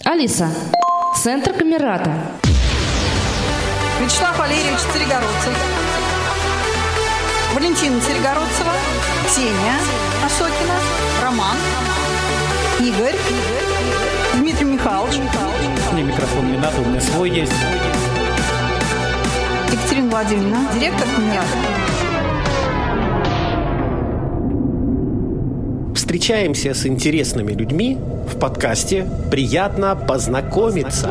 Алиса. Центр Камерата. Вячеслав Валерьевич Царегородцев. Валентина Царегородцева. Ксения Осокина. Роман. Игорь. Дмитрий Михайлович. Мне микрофон не надо, у меня свой есть. Екатерина Владимировна. Директор Камерата. Встречаемся с интересными людьми в подкасте «Приятно познакомиться».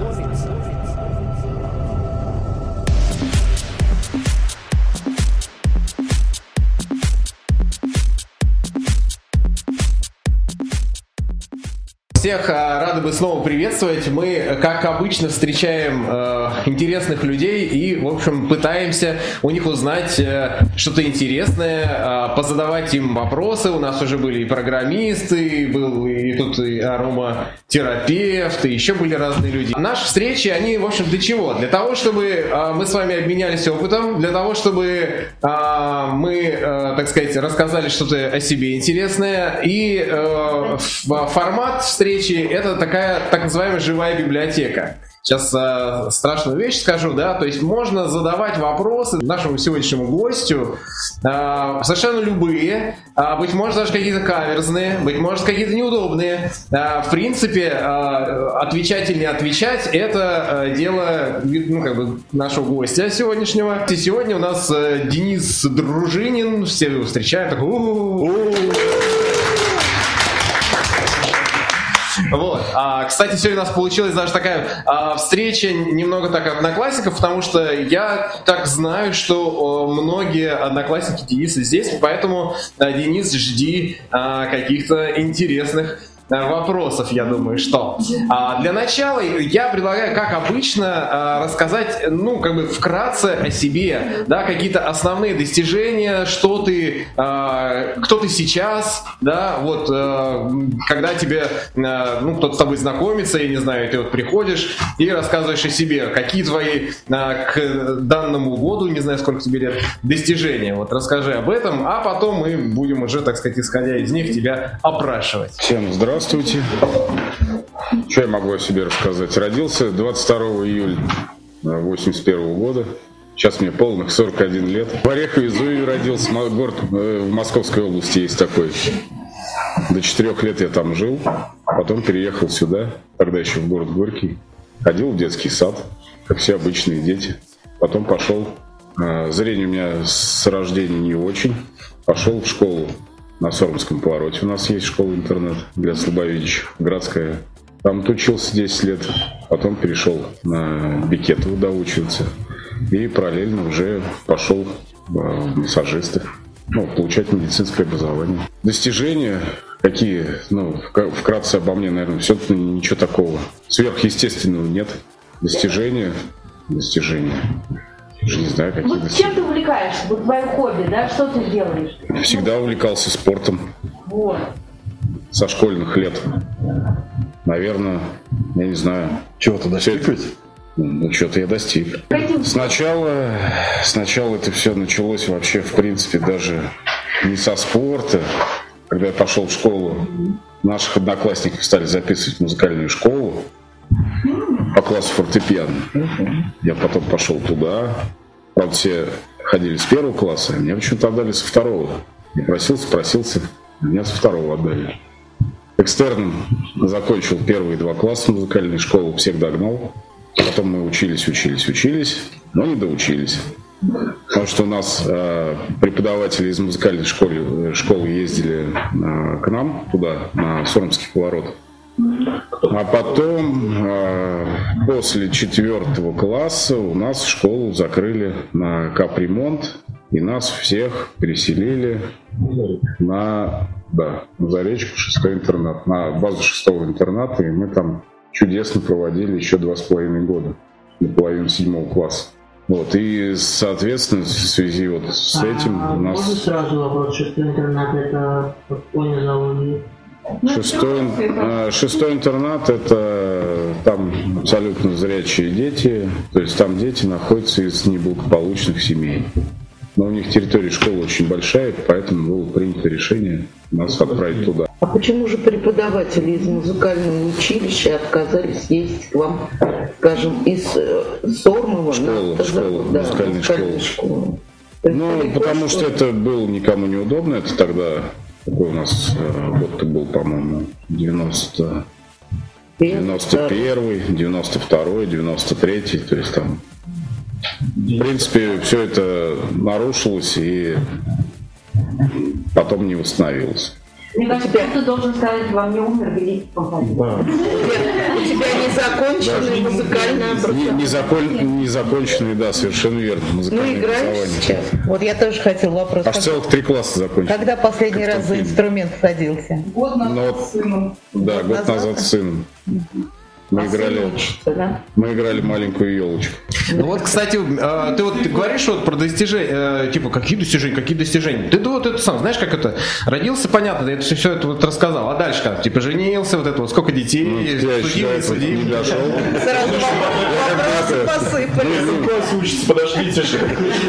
Всех рады бы снова приветствовать. Мы, как обычно, встречаем интересных людей и, в общем, пытаемся у них узнать что-то интересное, позадавать им вопросы. У нас уже были и программисты, был и тут и ароматерапевт, и еще были разные люди. Наши встречи, они, в общем, для чего? Для того, чтобы мы с вами обменялись опытом, для того, чтобы мы, так сказать, рассказали что-то о себе интересное. И формат встречи — это такая так называемая живая библиотека. Сейчас страшную вещь скажу, да, то есть можно задавать вопросы нашему сегодняшнему гостю, совершенно любые, быть может даже какие-то каверзные, быть может какие-то неудобные. В принципе, отвечать или не отвечать — это дело, ну, как бы нашего гостя сегодняшнего. И сегодня у нас Денис Дружинин, все его встречают, так, вот. Кстати, сегодня у нас получилась даже такая встреча немного так одноклассников, потому что я так знаю, что многие одноклассники Дениса здесь, поэтому, Денис, жди каких-то интересных вопросов, я думаю, что. Для начала я предлагаю, как обычно, рассказать, ну, как бы вкратце о себе, да, какие-то основные достижения, что ты, кто ты сейчас, да, вот, когда тебе, ну, кто-то с тобой знакомится, я не знаю, ты вот приходишь и рассказываешь о себе, какие твои к данному году, не знаю, сколько тебе лет, достижения, вот, расскажи об этом, а потом мы будем уже, так сказать, исходя из них, тебя опрашивать. Всем здравствуйте. Что я могу о себе рассказать? Родился 22 июля 1981 года. Сейчас мне полных 41 лет. В Орехово-Зуеве родился. Город в Московской области есть такой. До 4 лет я там жил. Потом переехал сюда. Тогда еще в город Горький. Ходил в детский сад, как все обычные дети. Потом пошел. Зрение у меня с рождения не очень. Пошел в школу. На Сормском повороте у нас есть школа-интернат для слабовидящих, городская. Там учился 10 лет, потом перешел на Бекетово доучиваться. И параллельно уже пошел в массажисты, ну, получать медицинское образование. Достижения какие? Ну, вкратце обо мне, наверное, все-таки ничего такого сверхъестественного нет. Достижения. Уже не знаю, какие вот чем ты увлекаешься? Вот твое хобби, да? Что ты делаешь? Всегда увлекался спортом. Вот. Со школьных лет. Наверное, я не знаю. Чего-то достигать? Ну, что-то я достиг. Сначала это все началось вообще, в принципе, даже не со спорта. Когда я пошел в школу, наших одноклассников стали записывать в музыкальную школу по классу фортепиано. Я потом пошел туда. Правда, все ходили с первого класса, а меня почему-то отдали со второго. Я просился, меня со второго отдали. Экстерном закончил первые 2 класса музыкальной школы, всех догнал. Потом мы учились, но не доучились. Потому что у нас преподаватели из музыкальной школы ездили к нам туда, на Сормский поворот. А потом, после 4 класса, у нас школу закрыли на капремонт, и нас всех переселили на Заречку, 6-й интернат, на базу 6-го интерната, и мы там чудесно проводили еще 2,5 года, наполовину 7 класса. Вот, и, соответственно, в связи вот с этим у нас... Можно сразу вопрос, 6-й интернат, это какой зовут? 6-й интернат — это там абсолютно зрячие дети, то есть там дети находятся из неблагополучных семей. но у них территория школы очень большая, поэтому было принято решение нас отправить туда. А почему же преподаватели из музыкального училища отказались ездить к вам, скажем, из Сормова на музыкальную школу? Ну, потому что это было никому неудобно, это тогда, какой у нас год-то был, по-моему, 91-й, 92-й, 93-й, то есть там, в принципе, все это нарушилось и потом не восстановилось. Мне кажется, ты должен сказать, вам не умер великий композитор. Да. У тебя незаконченное музыкальное образование. Незаконченное, да, совершенно верно. Музыкальное играешь сейчас? Вот я тоже хотел вопрос. Аж целых 3 класса закончил. Когда последний раз за инструмент садился? Год назад с сыном. Да, год назад с сыном. Мы играли маленькую елочку. Ну вот, кстати, ты говоришь вот про достижения, типа, какие достижения? Ты вот это сам, знаешь, как это, родился, понятно, ты все это вот рассказал, а дальше как, типа, женился, вот это вот, сколько детей, судил, не судил. Сразу вопросы посыпались. Классе учится, подошлите же.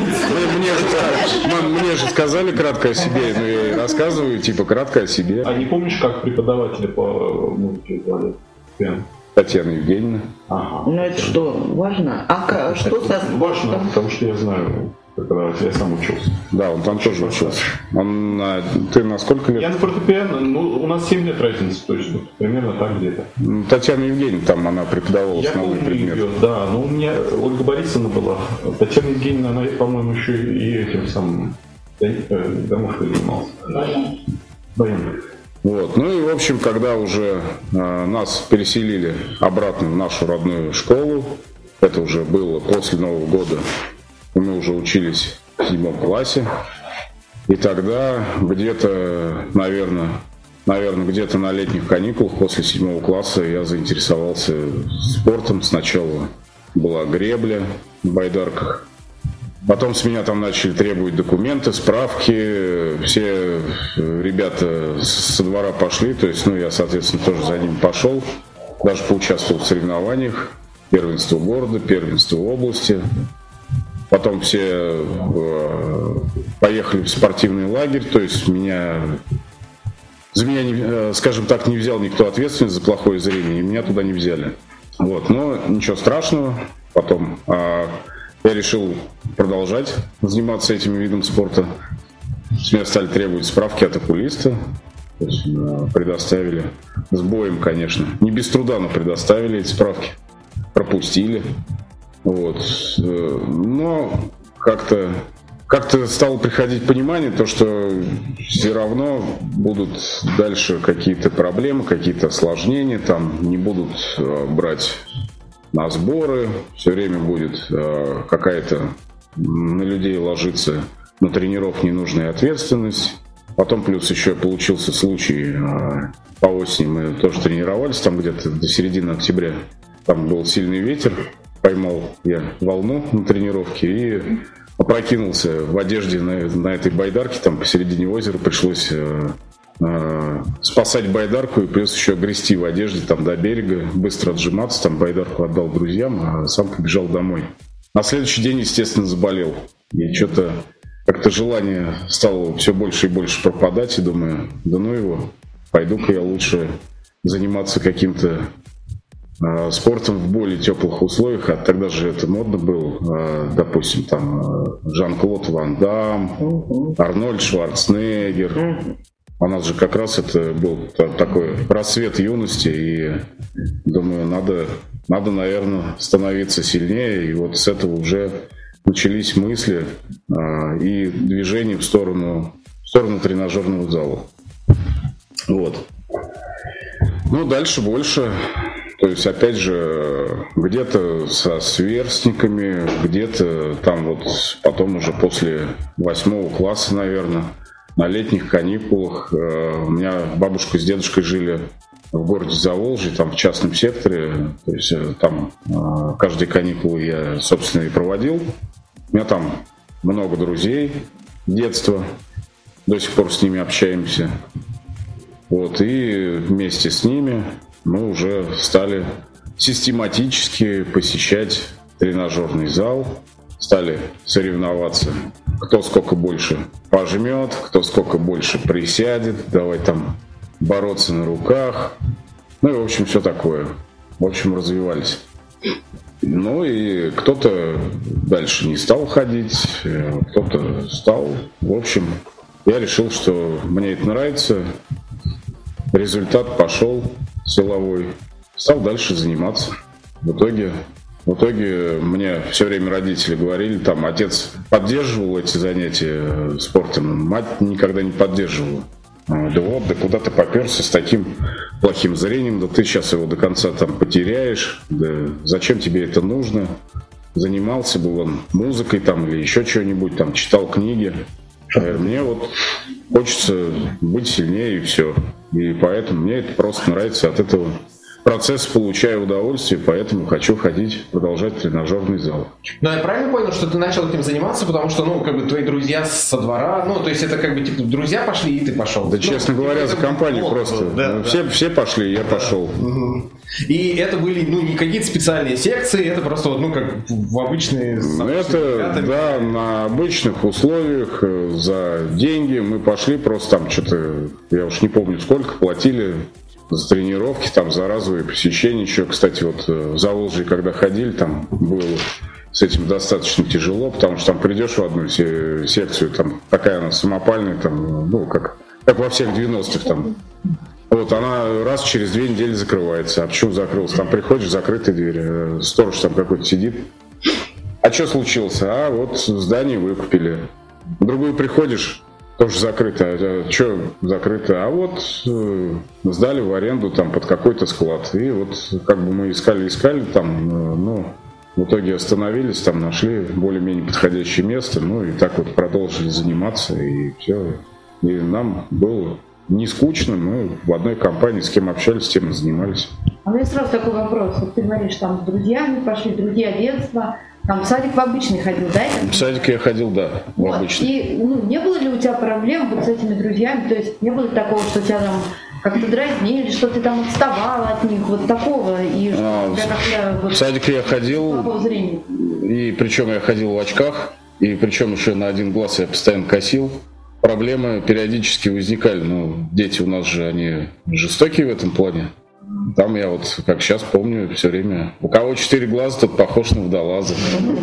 Мне же сказали кратко о себе, но я и рассказываю, типа, кратко о себе. А не помнишь, как преподавателя по музыке звали? Татьяна Евгеньевна. Ага. Ну это что, важно? А что со... Важно, потому что я знаю, я сам учился. Да, он там тоже учился. Ты на сколько лет? Я на фортепиано, у нас 7 лет разницы точно, примерно так где-то. Татьяна Евгеньевна, там она преподавала основной предмет. Ее, да, но у меня Ольга Борисовна была. Татьяна Евгеньевна, она, по-моему, еще и этим самым домашкой занималась. Военной. Вот. Ну и, в общем, когда уже нас переселили обратно в нашу родную школу, это уже было после Нового года, мы уже учились в 7 классе, и тогда где-то, наверное, где-то на летних каникулах после 7 класса я заинтересовался спортом. Сначала была гребля в байдарках. Потом с меня там начали требовать документы, справки, все ребята со двора пошли, то есть, я, соответственно, тоже за ними пошел, даже поучаствовал в соревнованиях, первенство города, первенство области. Потом все поехали в спортивный лагерь, то есть за меня, скажем так, не взял никто ответственность за плохое зрение, и меня туда не взяли. Вот, но ничего страшного, потом... Я решил продолжать заниматься этим видом спорта. С меня стали требовать справки от окулиста. То есть предоставили. С боем, конечно. Не без труда, но предоставили эти справки. Пропустили. Вот. Но как-то стало приходить понимание, то, что все равно будут дальше какие-то проблемы, какие-то осложнения. Там не будут брать на сборы, все время будет какая-то на людей ложиться на тренеров ненужная ответственность. Потом плюс еще получился случай по осени, мы тоже тренировались там где-то до середины октября. Там был сильный ветер, поймал я волну на тренировке и опрокинулся в одежде на этой байдарке, там посередине озера пришлось спасать байдарку и плюс еще грести в одежде там до берега, быстро отжиматься, там байдарку отдал друзьям, а сам побежал домой. На следующий день, естественно, заболел. И что-то как-то желание стало все больше и больше пропадать, и думаю, да ну его, пойду-ка я лучше заниматься каким-то спортом в более теплых условиях, а тогда же это модно было, допустим, там Жан-Клод Ван Дам, Арнольд Шварценеггер. У нас же как раз это был такой расцвет юности, и думаю, надо, наверное, становиться сильнее, и вот с этого уже начались мысли и движение в сторону тренажерного зала. Вот. Ну, дальше больше. То есть, опять же, где-то со сверстниками, где-то там вот потом уже после 8 класса, наверное, на летних каникулах. У меня бабушка с дедушкой жили в городе Заволжье, там в частном секторе. То есть там каждые каникулы я, собственно, и проводил. У меня там много друзей детства. До сих пор с ними общаемся. Вот, и вместе с ними мы уже стали систематически посещать тренажерный зал, стали соревноваться. Кто сколько больше пожмет, кто сколько больше присядет, давай там бороться на руках. Ну и, в общем, все такое. В общем, развивались. Ну и кто-то дальше не стал ходить, кто-то стал. В общем, я решил, что мне это нравится. Результат пошел силовой. Стал дальше заниматься. В итоге мне все время родители говорили, там отец поддерживал эти занятия спортом, мать никогда не поддерживала. Да куда ты попёрся с таким плохим зрением, да ты сейчас его до конца там потеряешь, да зачем тебе это нужно? Занимался бы он музыкой там или еще что-нибудь, там читал книги. Мне вот хочется быть сильнее и все. И поэтому мне это просто нравится, от этого процесс, получаю удовольствие, поэтому хочу ходить, продолжать тренажерный зал. Ну, я правильно понял, что ты начал этим заниматься, потому что, ну, как бы твои друзья со двора, ну, то есть это как бы, типа, друзья пошли, и ты пошел. Да, честно говоря, за компанию просто. Да, все пошли, я пошел. Угу. И это были, ну, не какие-то специальные секции, это просто, ну, как в обычные... Это, да, на обычных условиях, за деньги мы пошли, просто там что-то, я уж не помню сколько, платили за тренировки, там, за разовые посещения еще. Кстати, вот в Заволжье, когда ходили, там было с этим достаточно тяжело, потому что там придешь в одну секцию, там такая она самопальная, там, ну, как во всех 90-х там. Вот, она раз через 2 недели закрывается. А почему закрылась? Там приходишь, закрытая дверь, сторож там какой-то сидит. А что случилось? А вот здание выкупили. В другую приходишь, тоже закрыто. А что закрыто? А вот сдали в аренду там под какой-то склад. И вот как бы мы искали там, ну, в итоге остановились, там нашли более-менее подходящее место, ну и так вот продолжили заниматься, и все. И нам было не скучно, мы в одной компании с кем общались, с тем и занимались. А у меня сразу такой вопрос. Вот ты говоришь, там с друзьями пошли, друзья детства. Там в садик в обычный ходил, да? В садик я ходил, да, в обычный. И не было ли у тебя проблем вот с этими друзьями? То есть не было ли такого, что тебя там как-то дразнили, что ты там отставала от них, вот такого? И в садик я ходил, и причем я ходил в очках, и причем еще на один глаз я постоянно косил. Проблемы периодически возникали, ну, дети у нас же, они жестокие в этом плане. Там я вот, как сейчас помню, все время, у кого 4 глаза, тот похож на водолаза.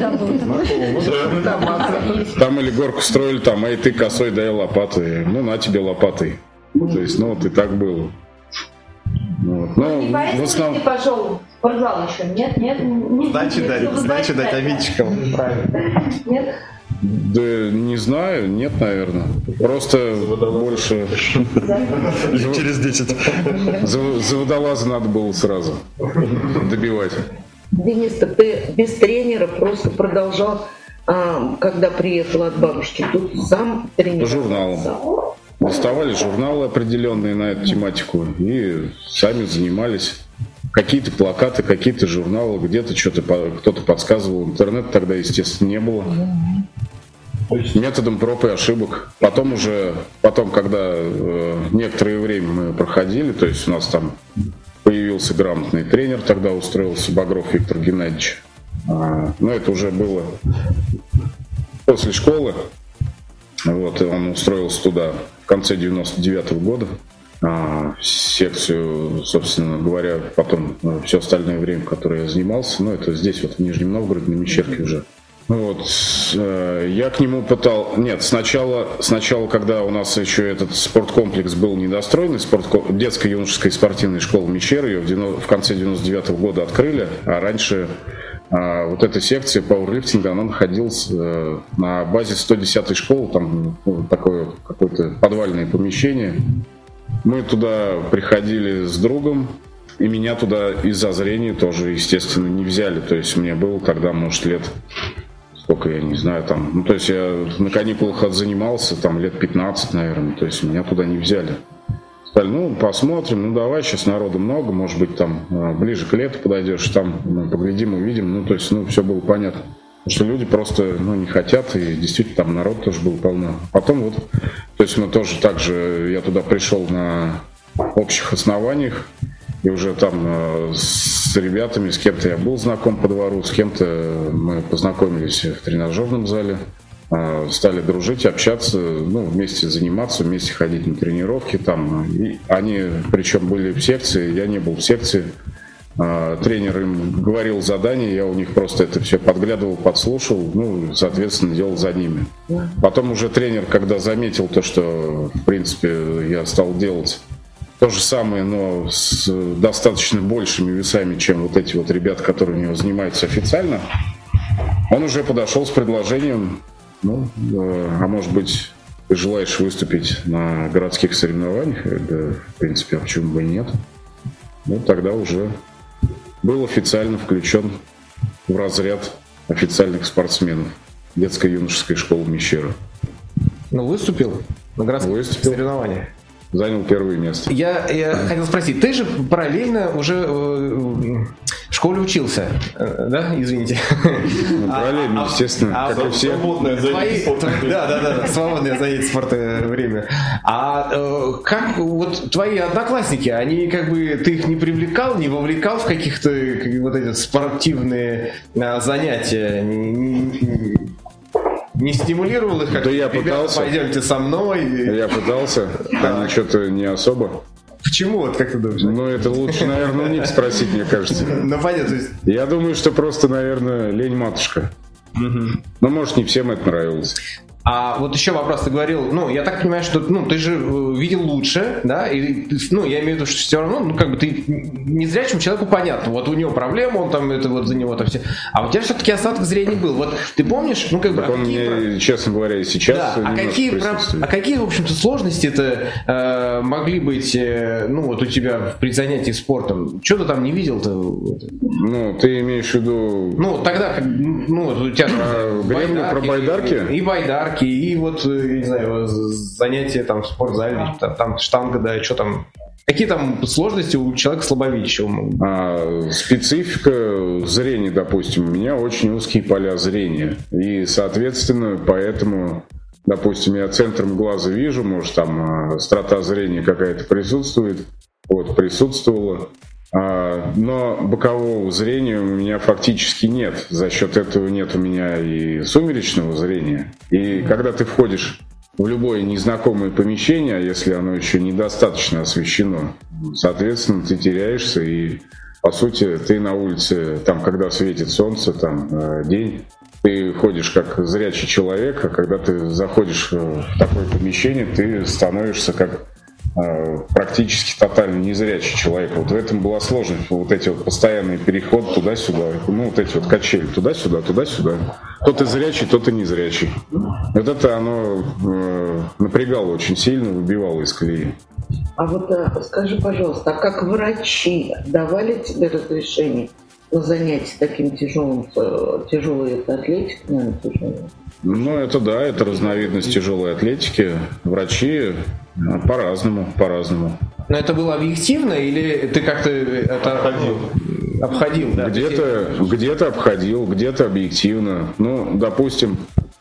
Там или горку строили, там, эй, ты косой, дай лопатой, ну, на тебе лопатой. То есть, ну, вот и так было. Вот. Но и поэтому ты пошел в спортзал еще? Нет? Сдачи дать обидчикам. Нет? Да не знаю, нет, наверное. Просто больше... Через 10. За водолаза надо было сразу добивать. Денис, так ты без тренера просто продолжал, когда приехал от бабушки, тут сам тренировался? По журналам. Доставали журналы определенные на эту тематику и сами занимались. Какие-то плакаты, какие-то журналы, где-то что-то кто-то подсказывал. Интернета тогда, естественно, не было. Методом проб и ошибок. Потом, когда некоторое время мы проходили, то есть у нас там появился грамотный тренер, тогда устроился Багров Виктор Геннадьевич. Но это уже было после школы. Вот, и он устроился туда в конце 99-го года. Секцию, собственно говоря, потом все остальное время, которое я занимался, ну, это здесь, вот в Нижнем Новгороде, на Мещерке уже. Вот, я к нему Нет, сначала, когда у нас еще этот спорткомплекс был недостроенный, детско-юношеская спортивная школа Мещер, ее в конце 99-го года открыли, а раньше вот эта секция пауэрлифтинга, она находилась на базе 110-й школы, там такое какое-то подвальное помещение. Мы туда приходили с другом, и меня туда из-за зрения тоже, естественно, не взяли. То есть мне было тогда, может, лет, сколько, я не знаю, там, ну, то есть я на каникулах отзанимался, там, лет 15, наверное, то есть меня туда не взяли. Сказали, ну, посмотрим, ну, давай, сейчас народу много, может быть, там, ближе к лету подойдешь, там, ну, поглядим, увидим, ну, то есть, ну, все было понятно. Потому что люди просто, ну, не хотят, и действительно там народ тоже был полно. Потом вот, то есть мы тоже так же, я туда пришел на общих основаниях, И уже там с ребятами, с кем-то я был знаком по двору, с кем-то мы познакомились в тренажерном зале, стали дружить, общаться, ну, вместе заниматься, вместе ходить на тренировки там. И они, причем, были в секции, я не был в секции. Тренер им говорил задания, я у них просто это все подглядывал, подслушал, ну, соответственно, делал за ними. Потом уже тренер, когда заметил то, что, в принципе, я стал делать то же самое, но с достаточно большими весами, чем вот эти вот ребята, которые у него занимаются официально, он уже подошел с предложением, ну, а может быть, ты желаешь выступить на городских соревнованиях? Да, в принципе, а почему бы и нет? Ну, тогда уже был официально включен в разряд официальных спортсменов детско-юношеской школы Мещера. Ну, выступил на городских соревнованиях. Занял первое место. Я хотел спросить, ты же параллельно уже в школе учился, да? Извините. Ну, параллельно, естественно, как и все. Свободное занятие спорта. Да, свободное занятие спорта время. А как вот твои одноклассники, они как бы, ты их не привлекал, не вовлекал в каких-то вот эти спортивные занятия? Не стимулировал их, как да, я пытался. Пойдемте со мной. Я пытался, они что-то не особо. Почему, вот как ты думаешь? Ну, это лучше, наверное, у них спросить, мне кажется. Ну, понятно, то есть... Я думаю, что просто, наверное, лень матушка. Ну, может, не всем это нравилось. А вот еще вопрос, ты говорил, ну, я так понимаю, что, ну, ты же видел лучше, да, и, ну, я имею в виду, что все равно, ну, как бы ты незрячему человеку понятно, вот у него проблема, он там, это вот за него там все, а у тебя все-таки остаток зрения был, вот ты помнишь, ну, как бы... Так он мне, честно говоря, и сейчас да, какие, в общем-то, сложности-то могли быть, ну, вот у тебя при занятии спортом, что ты там не видел-то? Ну, ты имеешь в виду... Ну, тогда, ну, вот у тебя... Гребли про байдарки? И байдарки, и вот, я не знаю, занятия там в спортзале, там штанга, да, что там. Какие там сложности у человека слабовидящего могут быть? Специфика зрения, допустим, у меня очень узкие поля зрения. И, соответственно, поэтому, допустим, я центром глаза вижу, может, там острота зрения какая-то присутствует, вот, присутствовала. Но бокового зрения у меня фактически нет. За счет этого нет у меня и сумеречного зрения. И когда ты входишь в любое незнакомое помещение, а если оно еще недостаточно освещено, соответственно, ты теряешься. И, по сути, ты на улице, там, когда светит солнце, там, день, ты ходишь как зрячий человек, а когда ты заходишь в такое помещение, ты становишься как практически тотально незрячий человек. Вот в этом была сложность. Вот эти вот постоянные переходы туда-сюда, ну вот эти вот качели туда-сюда, туда-сюда. То ты зрячий, то ты незрячий. Вот это оно напрягало очень сильно, выбивало из колеи. А вот скажи, пожалуйста, а как врачи давали тебе разрешение на занятия таким тяжелой атлетикой, наверное, тяжелой? Ну, это да, это разновидность тяжелой атлетики. Врачи по-разному. Но это было объективно или ты как-то это обходил? Да? Где-то обходил, где-то объективно. Ну, допустим,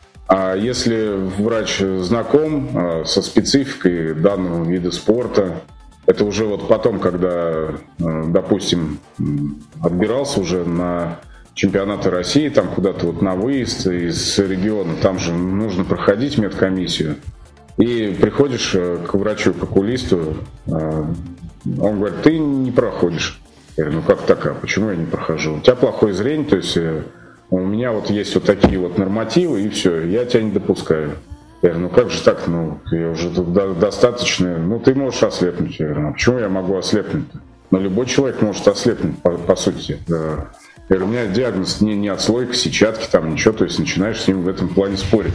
если врач знаком со спецификой данного вида спорта, это уже вот потом, когда, допустим, отбирался уже на чемпионаты России, там куда-то вот на выезд из региона, там же нужно проходить медкомиссию. И приходишь к врачу, к окулисту, он говорит, ты не проходишь. Я говорю, ну как так, а почему я не прохожу? У тебя плохое зрение, то есть у меня вот есть вот такие вот нормативы, и все, я тебя не допускаю. Я говорю, ну как же так, ну я уже тут достаточно, ну ты можешь ослепнуть. Я говорю, ну почему я могу ослепнуть-то? Но любой человек может ослепнуть, по сути. Я говорю, у меня диагноз не отслойка, сетчатки, там ничего, то есть начинаешь с ним в этом плане спорить.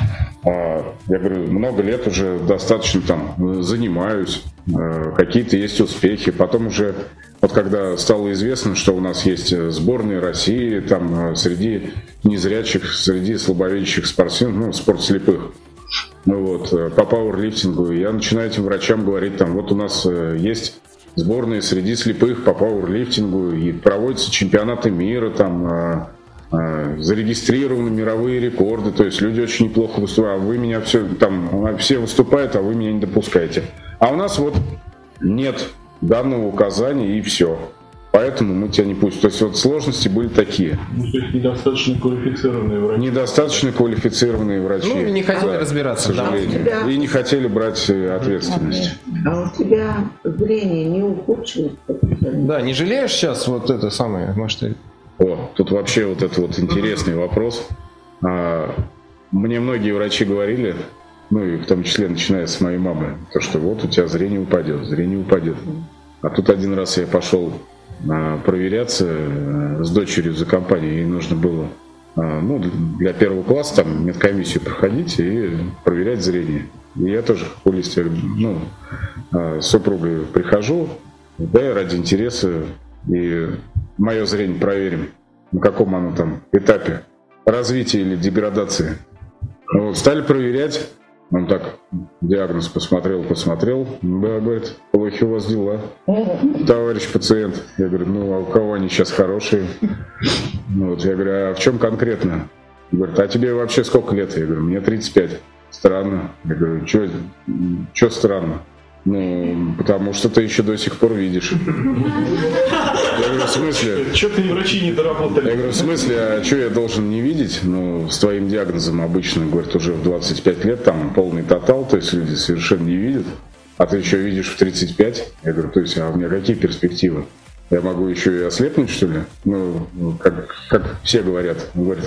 Я говорю, много лет уже достаточно там занимаюсь, какие-то есть успехи. Потом уже, вот когда стало известно, что у нас есть сборные России, там среди незрячих, среди слабовидящих спортсменов, ну, спорт слепых, ну, вот, по пауэрлифтингу, я начинаю этим врачам говорить, там, вот у нас есть сборные среди слепых по пауэрлифтингу, и проводятся чемпионаты мира, там, зарегистрированы мировые рекорды, то есть люди очень неплохо выступают, а вы меня все выступают, а вы меня не допускаете. А у нас вот нет данного указания и все. Поэтому мы тебя не пустим. То есть вот сложности были такие. Ну, то есть недостаточно квалифицированные врачи. Недостаточно квалифицированные врачи. Ну, не хотели разбираться. К сожалению. И не хотели брать ответственность. А у тебя зрение не ухудшилось? Да, не жалеешь сейчас вот это самое, может, Тут вообще вот это вот интересный вопрос. Мне многие врачи говорили, ну и в том числе начиная с моей мамы, то что вот у тебя зрение упадет. А тут один раз я пошел проверяться с дочерью за компанией, ей нужно было для первого класса там медкомиссию проходить и проверять зрение. И я тоже в окулисте, с супругой прихожу, да, ради интереса, и мое зрение проверим, на каком оно там этапе развития или деградации. Вот, стали проверять, он так диагноз посмотрел, да, говорит, плохи у вас дела, товарищ пациент. Я говорю, а у кого они сейчас хорошие? Я говорю, а в чем конкретно? Говорит, а тебе вообще сколько лет? Я говорю, мне 35. Странно. Я говорю, что странно? Потому что ты еще до сих пор видишь. Я говорю, в смысле? Что-то врачи не доработали. Я говорю, в смысле, а что я должен не видеть? С твоим диагнозом обычно, говорят, уже в 25 лет там полный тотал, то есть люди совершенно не видят, а ты еще видишь в 35. Я говорю, то есть, а у меня какие перспективы? Я могу еще и ослепнуть, что ли? Как все говорят. Говорят,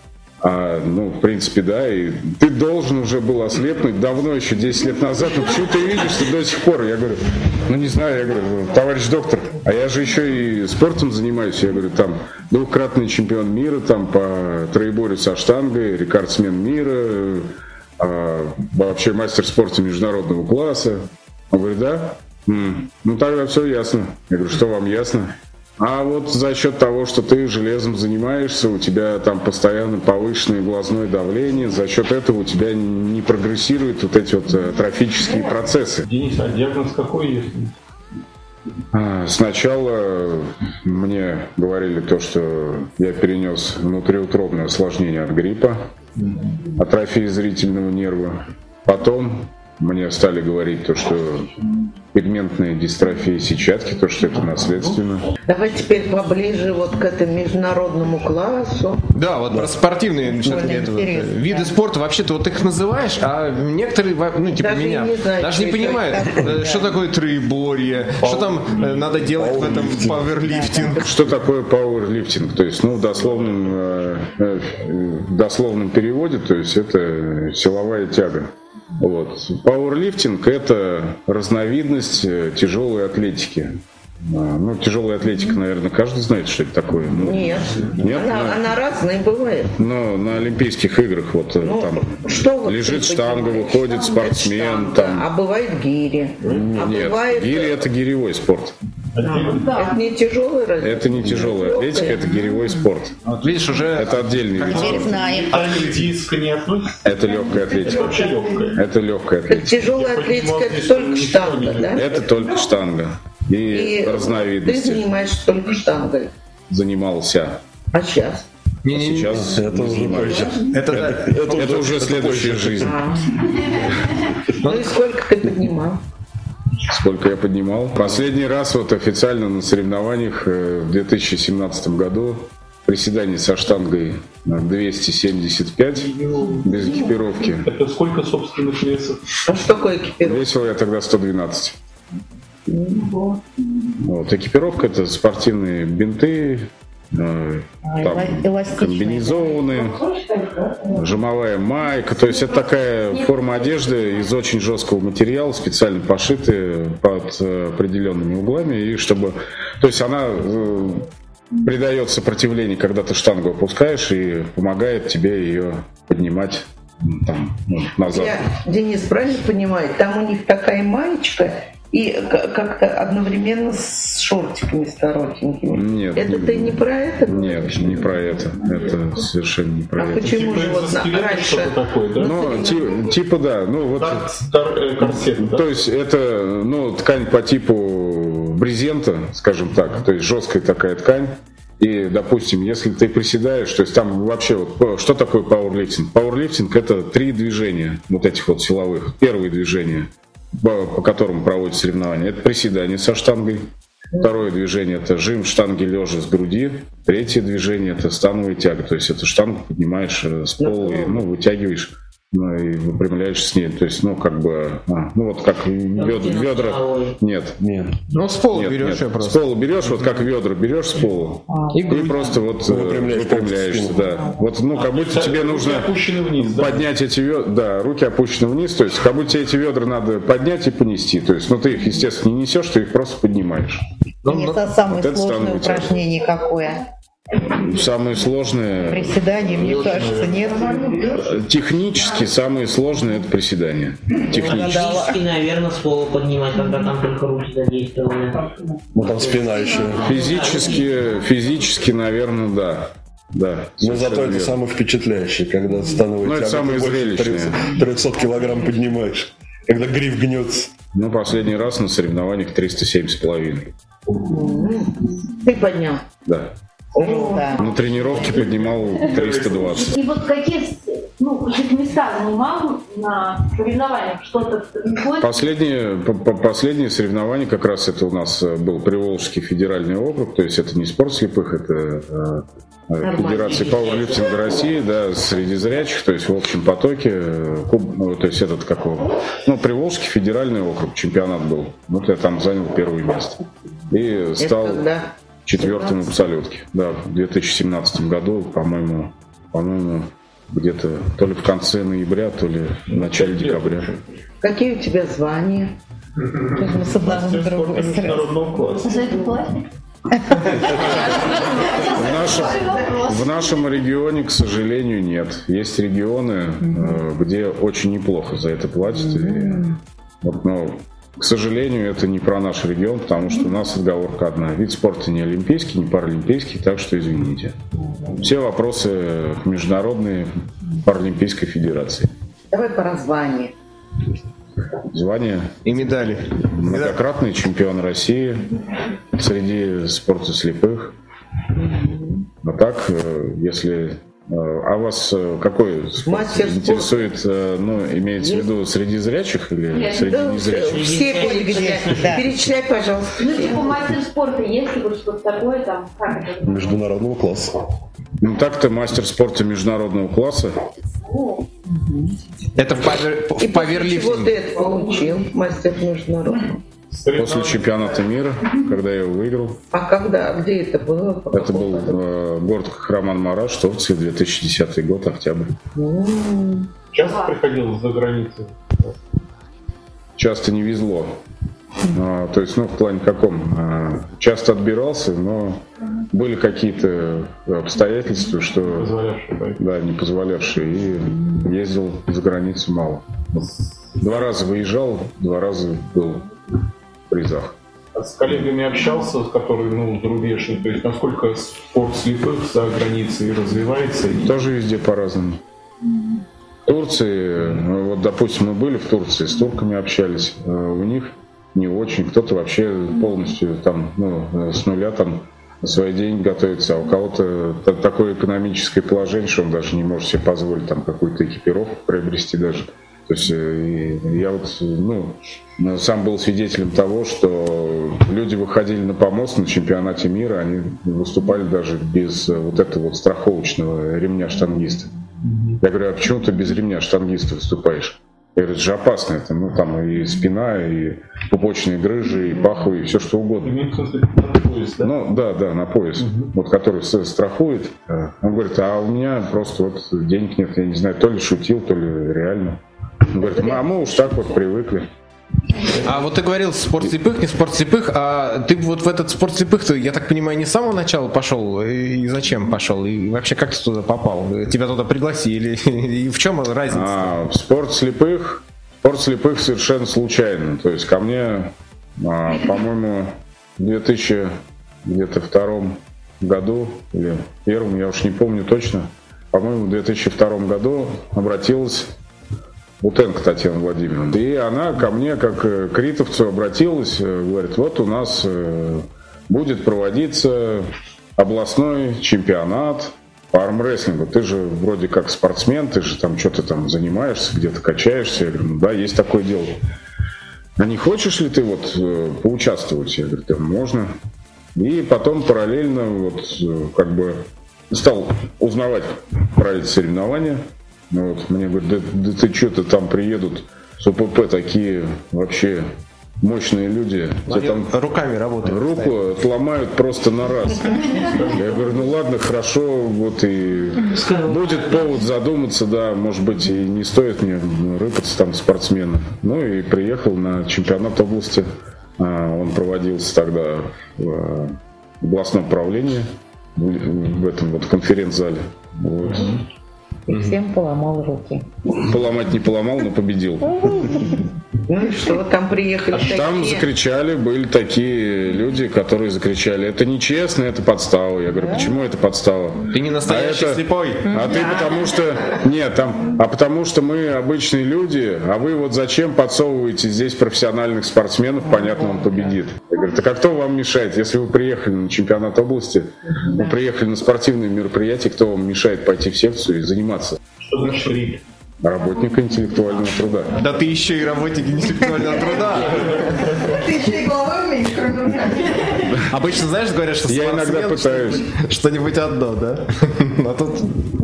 в принципе, да, и ты должен уже был ослепнуть давно, еще 10 лет назад, но почему ты видишь, что до сих пор? Я говорю, не знаю, я говорю, товарищ доктор, а я же еще и спортом занимаюсь, я говорю, там, двукратный чемпион мира, там, по троеборью со штангой, рекордсмен мира, вообще мастер спорта международного класса. Он говорит, да? Тогда все ясно. Я говорю, что вам ясно? А вот за счет того, что ты железом занимаешься, у тебя там постоянно повышенное глазное давление, за счет этого у тебя не прогрессируют вот эти вот трофические процессы. Денис, а диагноз какой есть? Сначала мне говорили то, что я перенес внутриутробное осложнение от гриппа, атрофии зрительного нерва. Потом мне стали говорить то, что пигментная дистрофия сетчатки, то, что это наследственно. Давай теперь поближе вот к этому международному классу. Да, вот про спортивные виды спорта, вообще-то вот их называешь, а некоторые, даже меня, не знаю, даже не понимают, что такое троеборье, что там надо делать в этом пауэрлифтинг. Что такое пауэрлифтинг? То есть, в дословном переводе, то есть это силовая тяга. Пауэрлифтинг — это разновидность тяжелой атлетики. Тяжелая атлетика, наверное, каждый знает, что это такое. Нет? Она разная бывает. Но на Олимпийских играх там лежит штанга, выходит спортсмен. А бывает гири. Нет, гири — это гиревой спорт. Это не тяжелая атлетика? Это не тяжелая атлетика, это гиревой спорт. Вот видишь, уже это отдельный вид спорта. Диск не относится? Это легкая атлетика. Это вообще легкая. Это легкая атлетика. Тяжелая атлетика — это только штанга, да? Это только штанга. И разновидности. Ты занимаешься только штангой? Занимался. А сейчас? Сейчас это уже следующая жизнь. И сколько ты поднимал? Сколько я поднимал? Последний раз официально на соревнованиях в 2017 году приседаний со штангой 275 без экипировки. Это сколько собственных весов? А что такое экипировка? Весил я тогда 112. Экипировка — это спортивные бинты, комбинезоны, жимовая майка. То есть это такая форма одежды из очень жесткого материала, специально пошитая под определенными углами, и чтобы, то есть она придает сопротивление, когда ты штангу опускаешь, и помогает тебе ее поднимать назад. Денис правильно понимает, там у них такая маечка и как-то одновременно с шортиками старотенькими. Нет. Это ты не про это? Нет, не про это. Это совершенно не про это. А почему же раньше? Типа да. Корсет, да? То есть это ткань по типу брезента, скажем так. То есть жесткая такая ткань. И, допустим, если ты приседаешь, то есть там вообще что такое пауэрлифтинг? Пауэрлифтинг — это 3 движения этих силовых. Первое движение — по которому проводят соревнования. Это приседание со штангой. Второе движение – это жим штанги лежа с груди. Третье движение – это становая тяга. То есть эту штангу поднимаешь с пола и вытягиваешь, и выпрямляешь с ней. То есть, вот как ведра. Нет. Ну, с пола берешь ее просто. С пола берешь, вот как ведра берешь с пола. И просто вот выпрямляешься. Да. Вот, как будто тебе нужно поднять эти ведра. Да, руки опущены вниз. То есть, как будто тебе эти ведра надо поднять и понести. То есть, ты их, естественно, не несешь, ты их просто поднимаешь. Это самое сложное упражнение какое? Самые сложные... Приседания, мне кажется, нет. Технически самые сложные — это приседания. Технически, наверное, с пола поднимать, когда там только руки задействованы. Там спина еще. Физически, наверное, да. Да. Но зато это самое впечатляющее, когда становая тяга, это самое зрелищное. 300 килограмм поднимаешь, когда гриф гнется. Последний раз на соревнованиях 307,5. Ты поднял? Да. На тренировке поднимал 320. И вот каких места занимал на соревнованиях? Что-то Последние соревнования как раз это у нас был Приволжский федеральный округ, то есть это не спорт слепых, это Федерация пауэрлифтинга России, да, среди зрячих, то есть в общем потоке, то есть этот Приволжский федеральный округ, чемпионат был. Вот я там занял первое место. И стал четвертым в абсолютке. Да, в 2017 году, по-моему, где-то то ли в конце ноября, то ли в начале декабря. Какие у тебя звания? В нашем регионе, к сожалению, нет. Есть регионы, где очень неплохо за это платят. Но, к сожалению, это не про наш регион, потому что у нас отговорка одна. Вид спорта не олимпийский, не паралимпийский, так что извините. Все вопросы к Международной паралимпийской федерации. Давай по званию. Звания и медали. Многократный чемпион России среди спорта слепых. А так, если... А вас какой спорт интересует, имеется в виду среди зрячих или среди незрячих? Все перечисляй, пожалуйста. Мастер спорта есть, вот что-то такое там? Международного класса. Так-то мастер спорта международного класса. Это в паверлифтинге. Вот это получил, мастер международного. После чемпионата мира, когда я его выиграл. А когда? Где это было? Это был город Кахраман-Мараш, Турция, 2010 год, октябрь. Часто приходил за границу? Часто не везло. То есть, в плане каком? Часто отбирался, но были какие-то обстоятельства, что не позволявшие, и ездил за границу мало. 2 раза выезжал, 2 раза был в призах. А с коллегами общался, которые зарубежные, то есть насколько спорт слепых за границей развивается? Тоже везде по-разному. В Турции, допустим, мы были в Турции, с турками общались, у них не очень, кто-то вообще полностью с нуля свои деньги готовится, а у кого-то такое экономическое положение, что он даже не может себе позволить какую-то экипировку приобрести даже. То есть я сам был свидетелем того, что люди выходили на помост на чемпионате мира, они выступали даже без этого страховочного ремня штангиста. Я говорю, а почему ты без ремня штангиста выступаешь? Я говорю, это же опасно, это и спина, и пупочные грыжи, и паху, и все что угодно. На пояс, который страхует. Он говорит, а у меня просто денег нет, я не знаю, то ли шутил, то ли реально. Он говорит, мы уж так привыкли. А ты говорил спорт слепых, не спорт слепых, а ты в этот спорт слепых, я так понимаю, не с самого начала пошел, и зачем пошел, и вообще как ты туда попал? Тебя туда пригласили, и в чем разница? Спорт слепых совершенно случайно, то есть ко мне, по-моему, в 2002 году, или первом, я уж не помню точно, по-моему, в 2002 году обратилась Бутенко Татьяна Владимировна. И она ко мне, как к ритовцу, обратилась, говорит, у нас будет проводиться областной чемпионат по армрестлингу. Ты же вроде как спортсмен, ты же что-то занимаешься, где-то качаешься. Я говорю, есть такое дело. а не хочешь ли ты вот поучаствовать? Я говорю, да, можно. И потом параллельно вот как бы стал узнавать про эти соревнования. Вот, мне говорят, да ты что-то там приедут с ОПП такие вообще мощные люди. Они там руками работают. Руку отломают просто на раз. Я говорю, ну ладно, хорошо, вот и будет повод задуматься, да, может быть, и не стоит мне рыпаться там спортсмена. Ну и приехал на чемпионат области. Он проводился тогда в областном правлении, в этом вот конференц-зале. Вот. И всем поломал руки. Поломать не поломал, но победил. Ну и что, вы там приехали такие? Там закричали, были такие люди, которые закричали, это нечестно, это подстава. Я говорю, почему это подстава? Ты не настоящий слепой. А ты потому что... Нет, там... А потому что мы обычные люди, а вы вот зачем подсовываете здесь профессиональных спортсменов, понятно, он победит. Я говорю, так а кто вам мешает? Если вы приехали на чемпионат области, вы приехали на спортивные мероприятия, кто вам мешает пойти в секцию и заниматься? Что значит рик? Работник интеллектуального труда. Да ты еще и работник интеллектуального труда. Ты еще и головой умеешь крутить. Обычно, знаешь, говорят, что я иногда пытаюсь что-нибудь одно, да? А тут...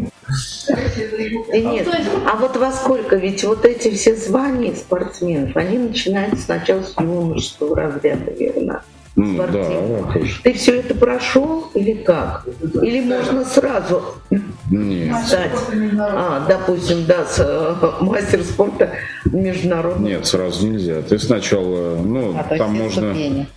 Нет, а вот во сколько? Ведь вот эти все звания спортсменов, они начинаются сначала с юношеского разряда, верно? Да, конечно. Ты все это прошел или как? Или можно сразу стать, допустим, да, мастер спорта международного? Нет, сразу нельзя. Ты сначала, там можно...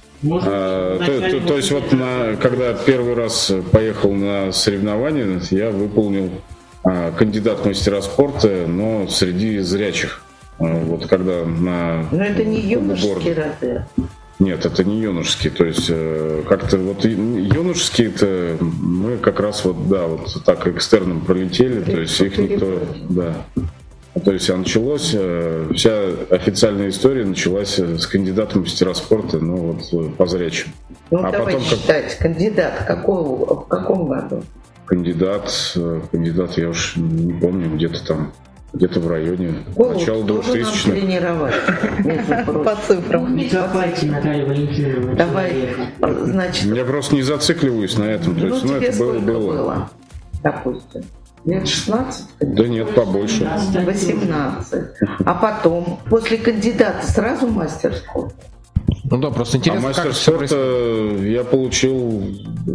То есть вот когда первый раз поехал на соревнования, я выполнил кандидат в мастера спорта, но среди зрячих. Вот когда на... Но это не юношеский разряд. Нет, это не юношеский, то есть как-то вот юношеские-то мы как раз вот так экстерном пролетели, то есть их никто, да. То есть началось, вся официальная история началась с кандидата в мастера спорта, по зрячим. Ну давайте считать, кандидат в каком году? Кандидат, я уж не помню, где-то в районе начала 2000-х. Тренировать. По цифрам. Не копайте, Наталья Валентиновна. Давай, значит... Я просто не зацикливаюсь на этом. То есть, тебе это было. Допустим. Лет 16? Да нет, побольше. 18. А потом, после кандидата, сразу мастер спорта? Ну да, просто интересно, мастер спорта я получил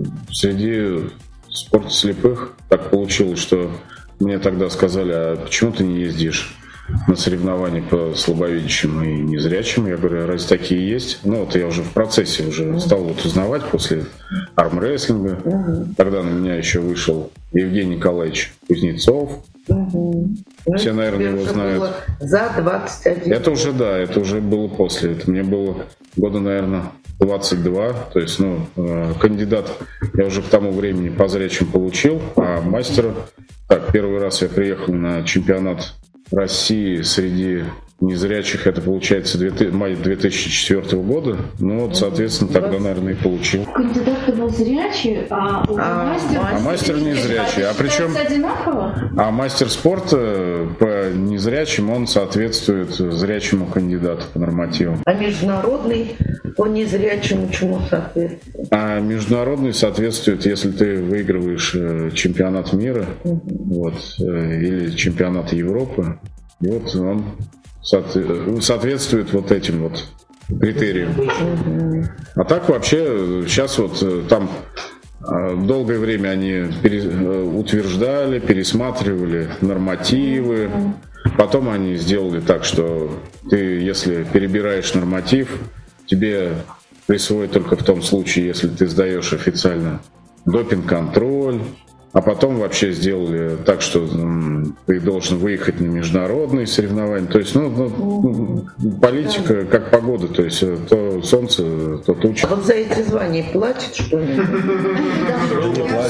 среди спорта слепых. Так получилось, что мне тогда сказали, а почему ты не ездишь на соревнования по слабовидящим и незрячим? Я говорю, разве такие есть? Я уже в процессе стал узнавать после армрестлинга. Тогда на меня еще вышел Евгений Николаевич Кузнецов. Все, наверное, его знают. За 21. Это уже было после. Это мне было года, наверное, 22. То есть, кандидат я уже к тому времени по зрячим получил, а мастера... Так, первый раз я приехал на чемпионат России среди незрячих, это получается май 2004 года. Соответственно, тогда, наверное, и получил. Кандидат был зрячий, а мастер незрячий. А причем одинаково? А мастер спорта по незрячим, он соответствует зрячему кандидату по нормативам. А международный по незрячему чему соответствует? А международный соответствует, если ты выигрываешь чемпионат мира, или чемпионат Европы, он соответствует этим критериям. А так вообще сейчас там долгое время они утверждали, пересматривали нормативы. Потом они сделали так, что ты, если перебираешь норматив, тебе присвоят только в том случае, если ты сдаешь официально допинг-контроль. А потом вообще сделали так, что ты должен выехать на международные соревнования. То есть, политика как погода, то есть то солнце, то туча. А вот за эти звания платят что-нибудь?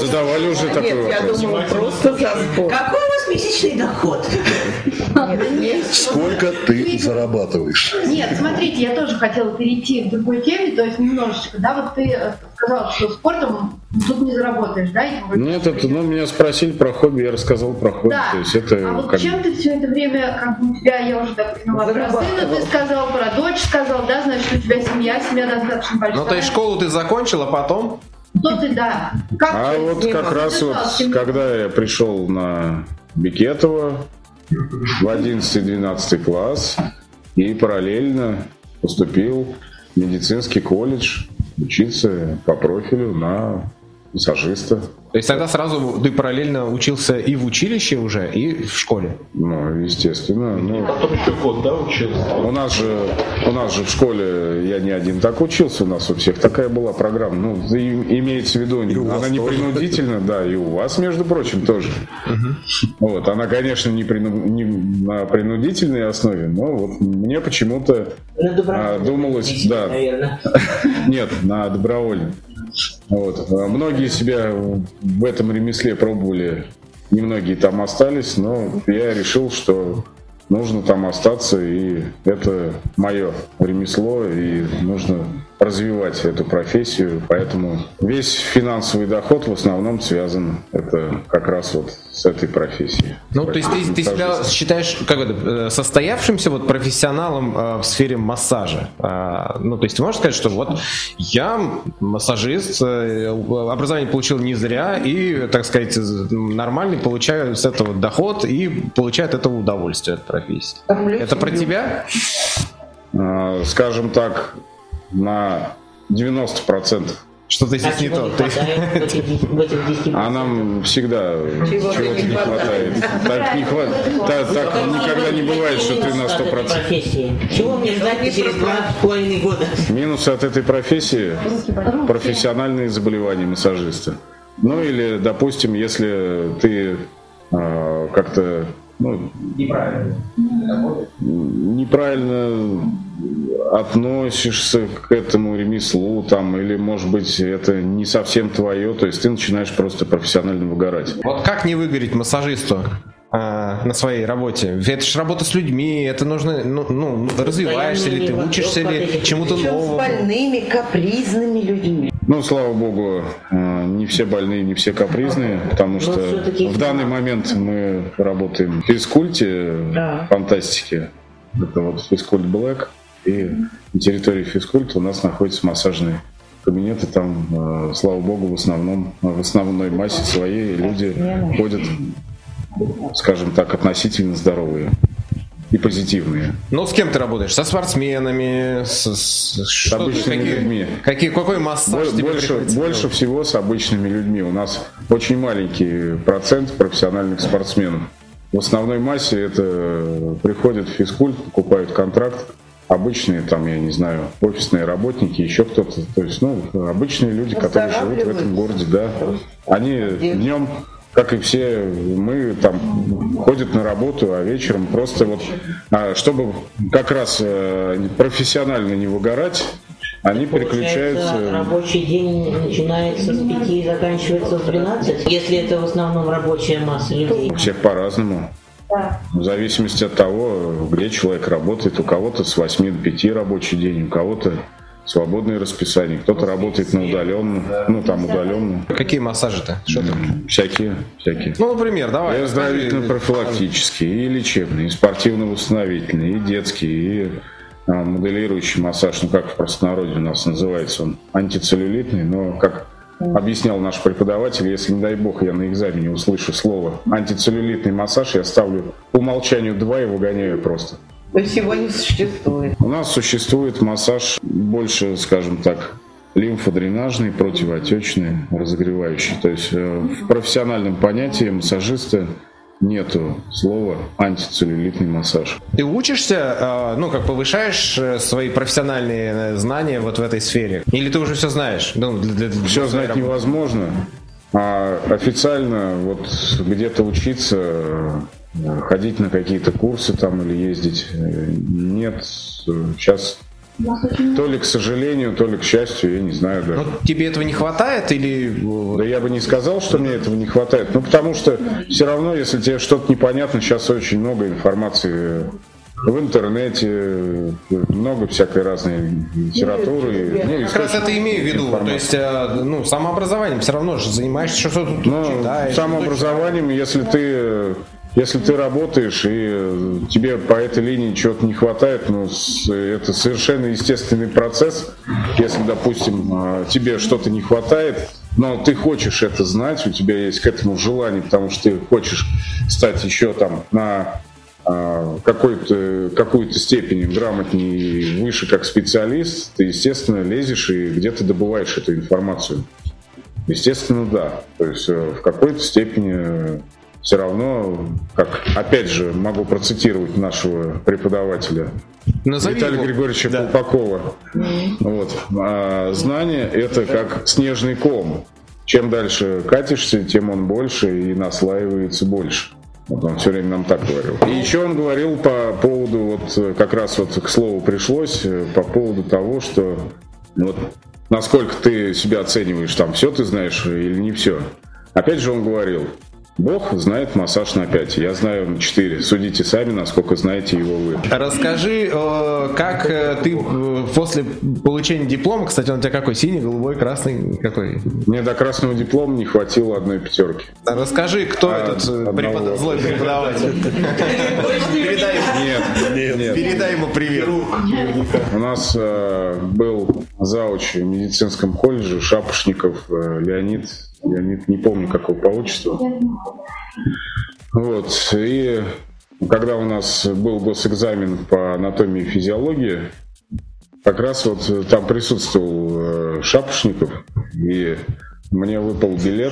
задавали уже такой вопрос. Я думала, просто за спорт. Какой у вас месячный доход? Сколько ты зарабатываешь? Нет, смотрите, я тоже хотела перейти к другой теме, то есть немножечко, да, вот ты сказал, что спортом тут не заработаешь, да? Нет, это, меня спросили про хобби, я рассказал про хобби. Да. То есть это а вот чем ты все это время, как бы у тебя, я уже так поняла, про сына ты сказал, про дочь сказал, да, значит, у тебя семья достаточно большая. Ну, то есть школу ты закончил, а потом? Что ты, да. Как ты вот как раз вот, когда я пришел на Бекетова в 11-12 класс и параллельно поступил в медицинский колледж учиться по профилю на массажиста. То есть тогда сразу ты параллельно учился и в училище уже, и в школе? Ну, естественно. Потом еще год, да, учился? У нас же в школе я не один так учился, у нас у всех такая была программа. Ну, имеется в виду, она не принудительна, да, и у вас, между прочим, тоже. Вот, она, конечно, не на принудительной основе, но вот мне почему-то думалось, да, нет, на добровольном. Вот. Многие себя в этом ремесле пробовали, немногие там остались, но я решил, что нужно там остаться, и это мое ремесло, и нужно развивать эту профессию, поэтому весь финансовый доход в основном связан это как раз вот с этой профессией. Ну, то есть ты себя считаешь как это, состоявшимся вот профессионалом в сфере массажа? Ну, то есть ты можешь сказать, что вот я массажист, образование получил не зря, и, так сказать, нормальный получаю с этого доход и получаю от этого удовольствие от профессии. Это про тебя? Скажем так, на 90%. Что-то здесь не то. А нам всегда чего-то не хватает. Так никогда не бывает, что ты на 100%. Чего мне ждать через 2,5 года? Минусы от этой профессии – профессиональные заболевания массажиста. Ну или, допустим, если ты как-то неправильно относишься к этому ремеслу, там, или, может быть, это не совсем твое, то есть ты начинаешь просто профессионально выгорать. Вот как не выгореть массажисту на своей работе? Это же работа с людьми, это нужно, развиваешься ли ты, учишься ли чему-то новому. С больными, капризными людьми. Ну, слава богу, не все больные, не все капризные, потому что в данный момент мы работаем в физкульте, фантастике. Это вот физкульт Black, и на территории физкульта у нас находятся массажные кабинеты. Там, слава богу, в основной массе своей люди ходят, скажем так, относительно здоровые и позитивные. Ну, с кем ты работаешь? Со спортсменами? С обычными людьми. Какой массаж тебе приходится? Больше всего с обычными людьми. У нас очень маленький процент профессиональных спортсменов. В основной массе это приходят в физкульт, покупают контракт. Обычные, там, я не знаю, офисные работники, еще кто-то. То есть, обычные люди, которые живут в этом городе, да. Они днем, как и все, мы там ходят на работу, а вечером просто вот, чтобы как раз профессионально не выгорать, они переключаются. Рабочий день начинается с 5 и заканчивается в 12, если это в основном рабочая масса людей. У всех по-разному. Да. В зависимости от того, где человек работает. У кого-то с 8 до 5 рабочий день, у кого-то свободное расписание, кто-то работает на удаленном, удаленно. Какие массажи-то? Что там? Всякие. Ну, например, давай. И оздоровительно-профилактические, и лечебные, и спортивно-восстановительные, и детские, и моделирующий массаж, как в простонародье у нас называется он, антицеллюлитный, но как объяснял наш преподаватель, если, не дай бог, я на экзамене услышу слово антицеллюлитный массаж, я ставлю по умолчанию 2 и выгоняю просто. То есть его не существует? У нас существует массаж больше, скажем так, лимфодренажный, противоотечный, разогревающий. То есть в профессиональном понятии массажиста нету слова антицеллюлитный массаж. Ты учишься, повышаешь свои профессиональные знания вот в этой сфере? Или ты уже все знаешь? Все знать невозможно. А официально вот где-то учиться, ходить на какие-то курсы там или ездить, нет. Сейчас То ли к сожалению, то ли к счастью, я не знаю даже. Но тебе этого не хватает или... Да я бы не сказал, что мне этого не хватает. Ну, потому что все равно, если тебе что-то непонятно, сейчас очень много информации в интернете, много всякой разной литературы. Ну, как раз это имею в виду. То есть, самообразованием все равно же занимаешься, что тут читаешь. Самообразованием, если ты работаешь и тебе по этой линии чего-то не хватает, это совершенно естественный процесс. Если, допустим, тебе что-то не хватает, но ты хочешь это знать, у тебя есть к этому желание, потому что ты хочешь стать еще там на какую-то степень грамотнее и выше как специалист, ты, естественно, лезешь и где-то добываешь эту информацию. Естественно, да. То есть в какой-то степени все равно, как опять же могу процитировать нашего преподавателя Виталия Григорьевича Колпакова. Вот. Знание — это как снежный ком. Чем дальше катишься, тем он больше и наслаивается больше. Вот он все время нам так говорил. И еще он говорил по поводу, как раз к слову пришлось, по поводу того, что насколько ты себя оцениваешь, там все ты знаешь или не все. Опять же он говорил: Бог знает массаж на 5, я знаю на 4. Судите сами, насколько знаете его вы. Расскажи, как ты после получения диплома, кстати, он у тебя какой? Синий, голубой, красный? Какой? Мне до красного диплома не хватило 1 пятерки. Расскажи, кто этот злой преподаватель? Нет. Передай ему привет. У нас был зауч в медицинском колледже Шапошников Леонид, не помню, какого по отчеству. Вот. И когда у нас был госэкзамен по анатомии и физиологии, как раз там присутствовал Шапошников, и мне выпал билет.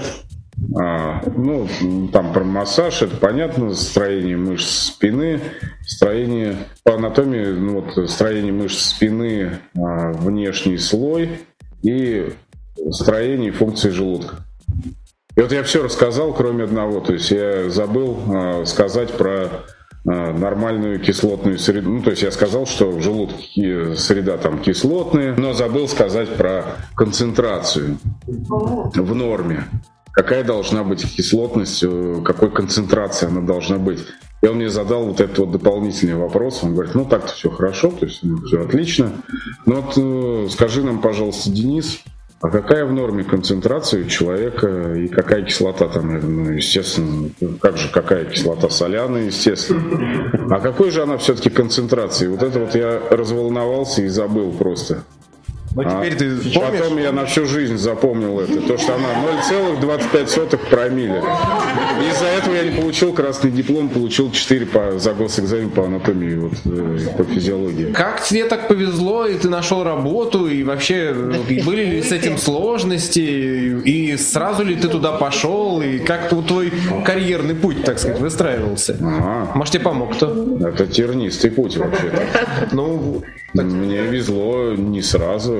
Там про массаж, это понятно, строение мышц спины, строение по анатомии, строение мышц спины, внешний слой и строение функции желудка. И я все рассказал, кроме одного. То есть я забыл сказать про нормальную кислотную среду. То есть я сказал, что в желудке среда там кислотная, но забыл сказать про концентрацию в норме. Какая должна быть кислотность, какой концентрации она должна быть. И он мне задал этот дополнительный вопрос. Он говорит: так-то все хорошо, то есть все отлично. Но скажи нам, пожалуйста, Денис, а какая в норме концентрация у человека и какая кислота там? Естественно, какая кислота? Соляная, естественно. А какой же она все-таки концентрации? Я разволновался и забыл просто. Теперь ты помнишь? Потом я на всю жизнь запомнил это. То, что она 0,25 промилле. Из-за этого я не получил красный диплом, получил 4 за госэкзамен по анатомии, по физиологии. Как тебе так повезло, и ты нашел работу, и вообще были ли с этим сложности, и сразу ли ты туда пошел, и как твой карьерный путь, так сказать, выстраивался? Может, тебе помог кто? Это тернистый путь вообще-то. Мне везло не сразу.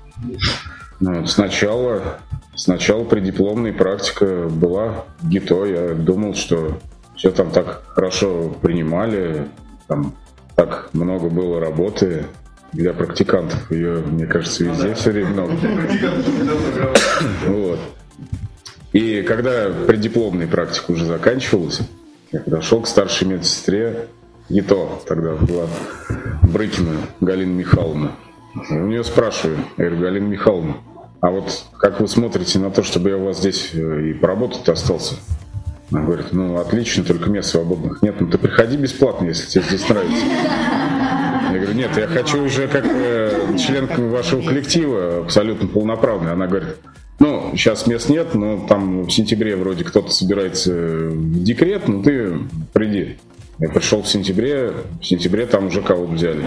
Сначала преддипломная практика была в ГИТО. Я думал, что все там так хорошо принимали, там так много было работы для практикантов. Ее, мне кажется, везде все время много. И когда преддипломная практика уже заканчивалась, я подошел к старшей медсестре ГИТО, тогда была Брыкина Галина Михайловна. У нее спрашиваю: я говорю: Галина Михайловна, а как вы смотрите на то, чтобы я у вас здесь и поработать остался? Она говорит: отлично, только мест свободных нет. Ты приходи бесплатно, если тебе здесь нравится. Я говорю: нет, я хочу уже как член вашего коллектива абсолютно полноправный. Она говорит: сейчас мест нет, но там в сентябре вроде кто-то собирается в декрет, ты приди. Я пришел в сентябре там уже кого-то взяли.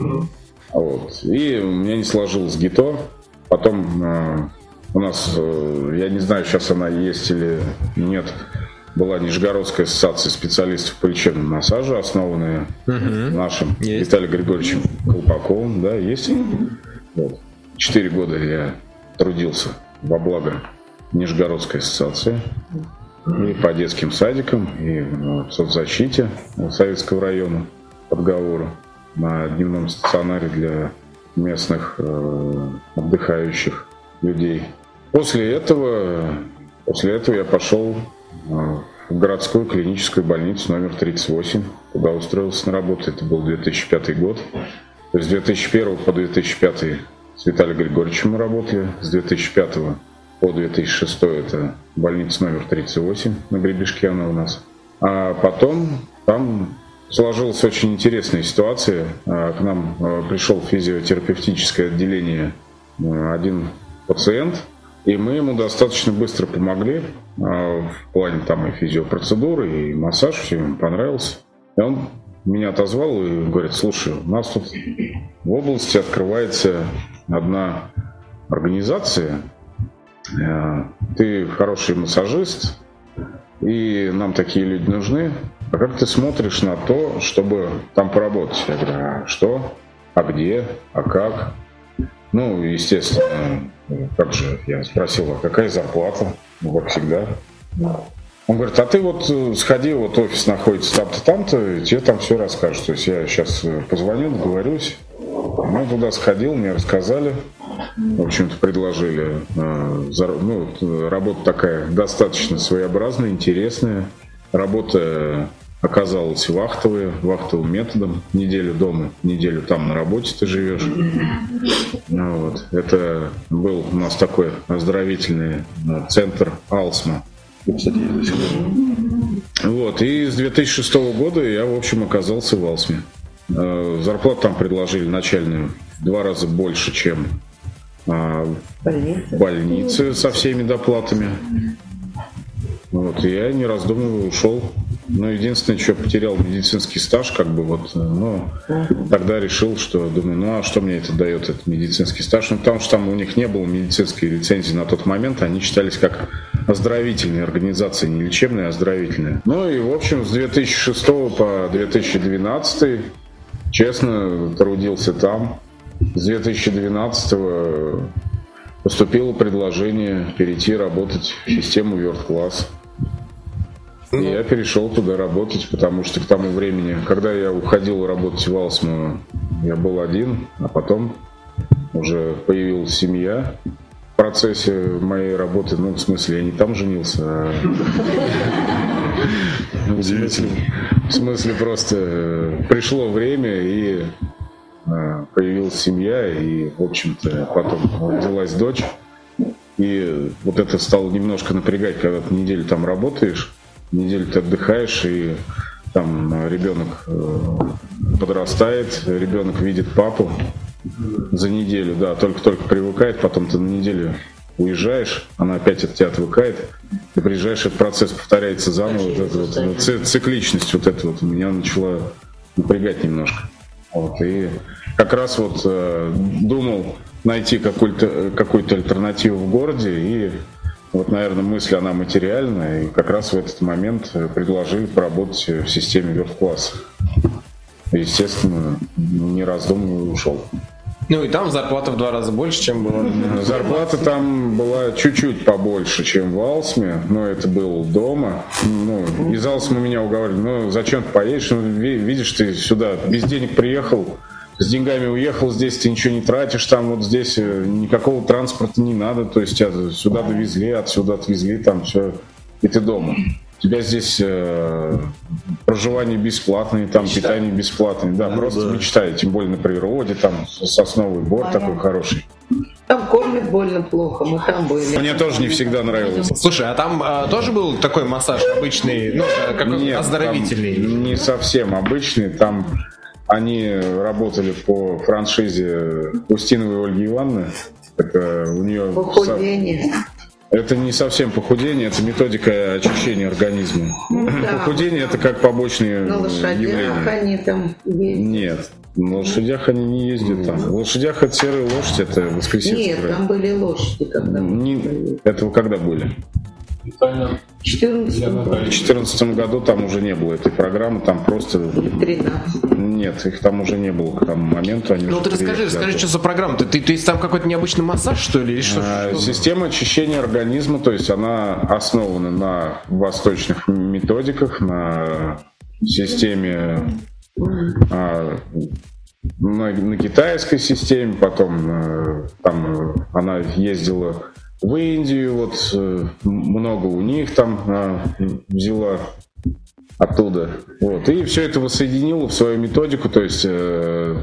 И у меня не сложилось ГИТО. Потом у нас, я не знаю, сейчас она есть или нет, была Нижегородская ассоциация специалистов по лечебному массажу, основанная нашим Виталием Григорьевичем Колпаковым. Да, есть. 4 года я трудился во благо Нижегородской ассоциации. И по детским садикам, и в соцзащите Советского района Подговору на дневном стационаре для местных отдыхающих людей. После этого я пошел в городскую клиническую больницу номер 38, куда устроился на работу. Это был 2005 год. То есть с 2001 по 2005 с Виталием Григорьевичем мы работали, с 2005 по 2006 это больница номер 38 на Гребешке она у нас. А потом там сложилась очень интересная ситуация. К нам пришел в физиотерапевтическое отделение один пациент, и мы ему достаточно быстро помогли в плане там и физиопроцедуры, и массаж, все ему понравилось. И он меня отозвал и говорит: слушай, у нас тут в области открывается одна организация, ты хороший массажист, и нам такие люди нужны. А как ты смотришь на то, чтобы там поработать? Я говорю: а что? А где? А как? Ну, естественно, как же, я спросил: а какая зарплата? Ну, как всегда. Он говорит: а ты вот сходи, вот офис находится там-то, там-то, тебе там все расскажут. То есть я сейчас позвоню, договорюсь. Мы туда сходил, мне рассказали, в общем-то предложили. Ну, работа такая достаточно своеобразная, интересная. Работа оказалась вахтовым методом. Неделю дома, неделю там на работе ты живешь. Ну, вот. Это был у нас такой оздоровительный центр Алсма. Вот. И с 2006 года я, в общем, оказался в Алсме. Зарплату там предложили начальную в 2 раза больше, чем в больнице со всеми доплатами. Вот, и я, не раздумывая, ушел. Но единственное, что потерял медицинский стаж, как бы вот, ну, тогда решил, что, думаю, ну а что мне это дает, этот медицинский стаж? Ну, потому что там у них не было медицинской лицензии на тот момент, они считались как оздоровительные организации, не лечебные, а оздоровительные. Ну и, в общем, с 2006 по 2012 честно трудился там. С 2012 поступило предложение перейти работать в систему World Class. И я перешел туда работать, потому что к тому времени, когда я уходил работать в Алсму, я был один, а потом уже появилась семья в процессе моей работы. Ну, в смысле, я не там женился, а... В смысле, просто пришло время, и появилась семья, и, в общем-то, потом родилась дочь. И вот это стало немножко напрягать, когда ты неделю там работаешь, неделю ты отдыхаешь, и там ребенок подрастает, ребенок видит папу за неделю, да, только-только привыкает, потом ты на неделю уезжаешь, она опять от тебя отвыкает, ты приезжаешь, этот процесс повторяется заново, вот эта вот цикличность вот эта вот у меня начала напрягать немножко. Вот, и как раз вот думал найти какую-то альтернативу в городе, и вот, наверное, мысль, она материальная, и как раз в этот момент предложили поработать в системе World Class. Естественно, не раздумывая, ушел. Ну и там зарплата в 2 раза больше, чем была. Зарплата там была чуть-чуть побольше, чем в Алсме, но это было дома. Ну, из Алсмы меня уговаривали: ну зачем ты поедешь, ну, видишь, ты сюда без денег приехал, с деньгами уехал, здесь ты ничего не тратишь, там вот здесь никакого транспорта не надо, то есть тебя сюда довезли, отсюда отвезли, там все, и ты дома. У тебя здесь проживание бесплатное, там питание бесплатное, да, просто мечта, тем более на природе, там сосновый бор такой хороший. Там кормят больно плохо, мы там были. Мне тоже не всегда нравилось. Слушай, а там тоже был такой массаж обычный, ну, как оздоровительный? Не совсем обычный, там они работали по франшизе Устиновой Ольги Ивановны. Это у нее похудение. Это не совсем похудение, это методика очищения организма. Ну, да. Похудение это как побочные явления. На лошадях они там ездят. Нет, на лошадях они не ездят там. В лошадях это серая лошадь, это воскресенье. Нет, там были лошади когда. Это когда были? В 2014 году там уже не было этой программы, там просто... 13. Нет, их там уже не было к тому моменту. Они ну ты расскажи, что за программа? Ты там какой-то необычный массаж, что ли? Или что? Система очищения организма, то есть она основана на восточных методиках, на системе на китайской системе, потом там она ездила в Индию, вот много у них там взяла оттуда. Вот. И все это воссоединила в свою методику, то есть и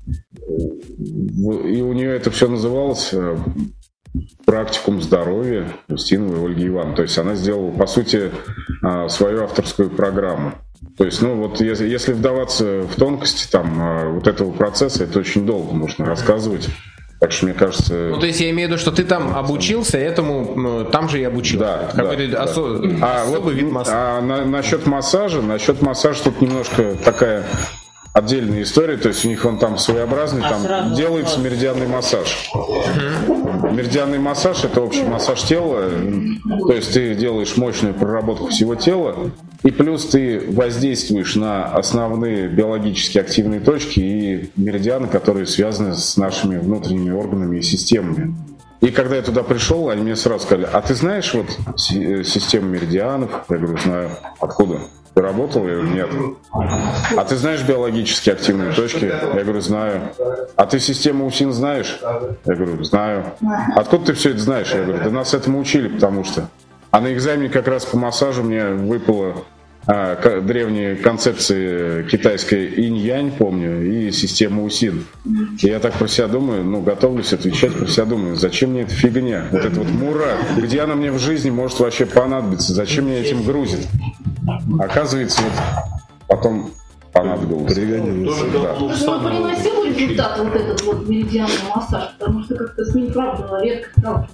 у нее это все называлось практикум здоровья Устиновой Ольги Ивановны. То есть она сделала, по сути, свою авторскую программу. То есть, ну вот если вдаваться в тонкости там вот этого процесса, это очень долго можно рассказывать. Так что, мне кажется... Ну, то есть я имею в виду, что ты там обучился, этому там же и обучился. Да, какой-то особый вид массажа. Насчет массажа тут немножко такая отдельная история. То есть у них он там своеобразный, там делается меридианный массаж. Меридианный массаж — это общий массаж тела. То есть ты делаешь мощную проработку всего тела, и плюс ты воздействуешь на основные биологически активные точки и меридианы, которые связаны с нашими внутренними органами и системами. И когда я туда пришел, они мне сразу сказали: а ты знаешь вот систему меридианов? Я говорю: знаю. Откуда? Ты работал? Я говорю: нет. А ты знаешь биологически активные точки? Я говорю: знаю. А ты систему УСИН знаешь? Я говорю: знаю. Откуда ты все это знаешь? Я говорю: да нас этому учили, потому что. А на экзамене как раз по массажу мне выпало древние концепции китайской инь-янь, помню, и система УСИН. И я так про себя думаю, готовлюсь отвечать, про себя думаю: зачем мне эта фигня? Вот эта вот мура, где она мне в жизни может вообще понадобиться? Зачем мне этим грузит? Оказывается, вот потом понадобилось. Но приносил результат вот этот вот меридианный массаж, потому что как-то с ним, правда, редко сталкивался.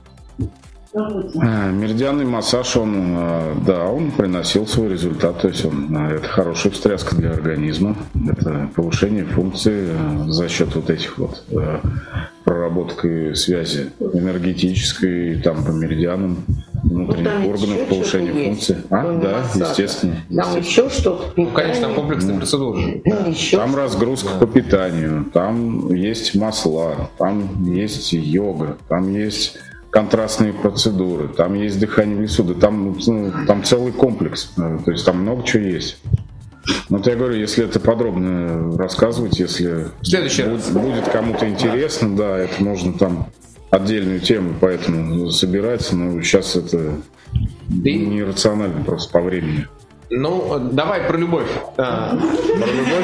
Меридианный массаж, он приносил свой результат, то есть это хорошая встряска для организма, это повышение функции за счет вот этих вот проработок и связи энергетической, там по меридианам внутренних органов, повышение функции. Да, естественно. Там еще что-то. Конечно, там комплексная процедура. Там разгрузка по питанию, там есть масла, там есть йога, там есть контрастные процедуры, там есть дыхание в лесу, там целый комплекс, то есть там много чего есть. Вот я говорю, если это подробно рассказывать, если будет кому-то интересно, да, это можно там отдельную тему, поэтому собирать, но сейчас это нерационально просто по времени. Ну, давай про любовь. Про любовь?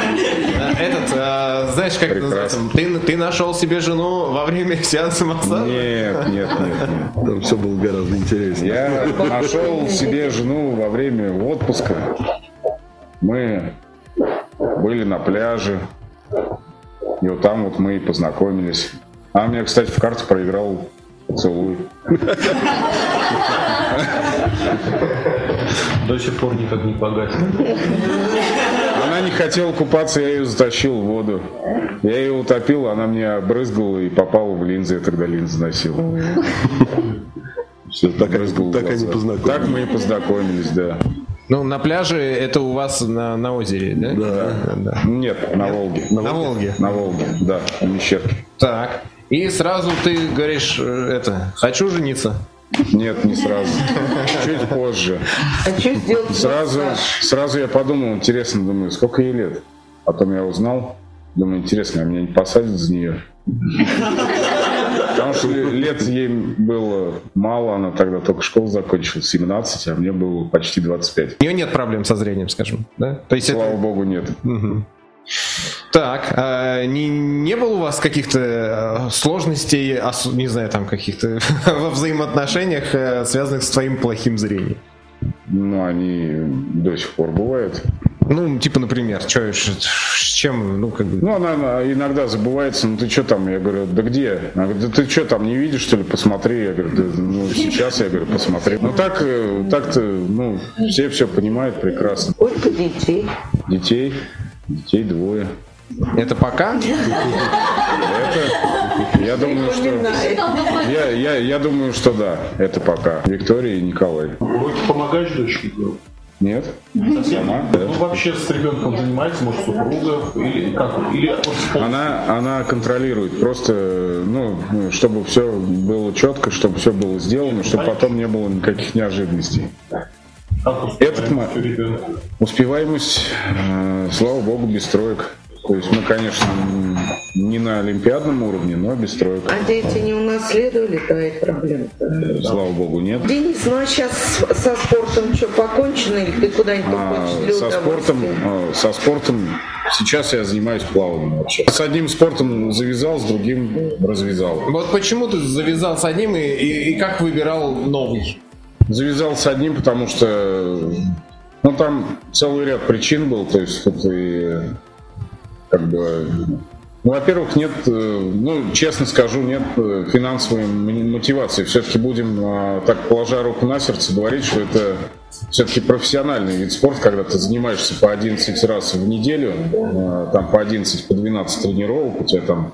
Знаешь, как это называется? Ты нашел себе жену во время сеанса массажа? Нет. Там все было гораздо интереснее. Я нашел себе жену во время отпуска. Мы были на пляже. И вот там вот мы и познакомились. Она мне, кстати, в карте проиграл поцелуй. До сих пор никак не погасит. Она не хотела купаться, я ее затащил в воду. Я ее утопил, она мне обрызгала и попала в линзы. Я тогда линзы носил. Так они познакомились. Так мы и познакомились, да. Ну, на пляже это у вас на озере, да? Да. Нет, на Волге. На Волге? На Волге, да, в Мещерке. Так. И сразу ты говоришь, хочу жениться? Нет, не сразу. Чуть позже. Хочу сделать Сразу я подумал, интересно, думаю, сколько ей лет? Потом я узнал, думаю, интересно, а меня не посадят за нее? Потому что лет ей было мало, она тогда только школу закончила, 17, а мне было почти 25. У нее нет проблем со зрением, скажем, да? То есть слава богу, нет. Угу. Так, не было у вас каких-то сложностей, не знаю, там каких-то во взаимоотношениях, связанных с твоим плохим зрением? Ну, они до сих пор бывают. Ну, типа, например, с чем, она иногда забывается, ты что там? Я говорю, да где? Она говорит, да ты что там, не видишь, что ли, посмотри. Я говорю, да, сейчас, я говорю, посмотри. Так-то, все понимают прекрасно. Сколько детей? Детей 2. Это пока? Я думаю, что да, это пока. Виктория и Николай. Уроки помогаешь дочке делать? Нет. Сама? Да. Вообще с ребенком занимается, может, супруга? Или как? Она контролирует. Просто, чтобы все было четко, чтобы все было сделано, чтобы потом не было никаких неожиданностей. Успеваемость, слава богу, без троек. То есть мы, конечно, не на олимпиадном уровне, но без троек. А дети не унаследовали твои проблемы? Слава богу, нет. Денис, ну а сейчас со спортом что, покончено или ты куда-нибудь хочешь для удовольствия? Со спортом сейчас я занимаюсь плаванием вообще. С одним спортом завязал, с другим развязал. Вот почему ты завязал с одним и как выбирал новый? Завязал с одним, потому что там целый ряд причин был, то есть тут и во-первых, нет, честно скажу, нет финансовой мотивации. Все-таки будем, так положа руку на сердце, говорить, что это все-таки профессиональный вид спорта, когда ты занимаешься по 11 раз в неделю, там по 11, по 12 тренировок, у тебя там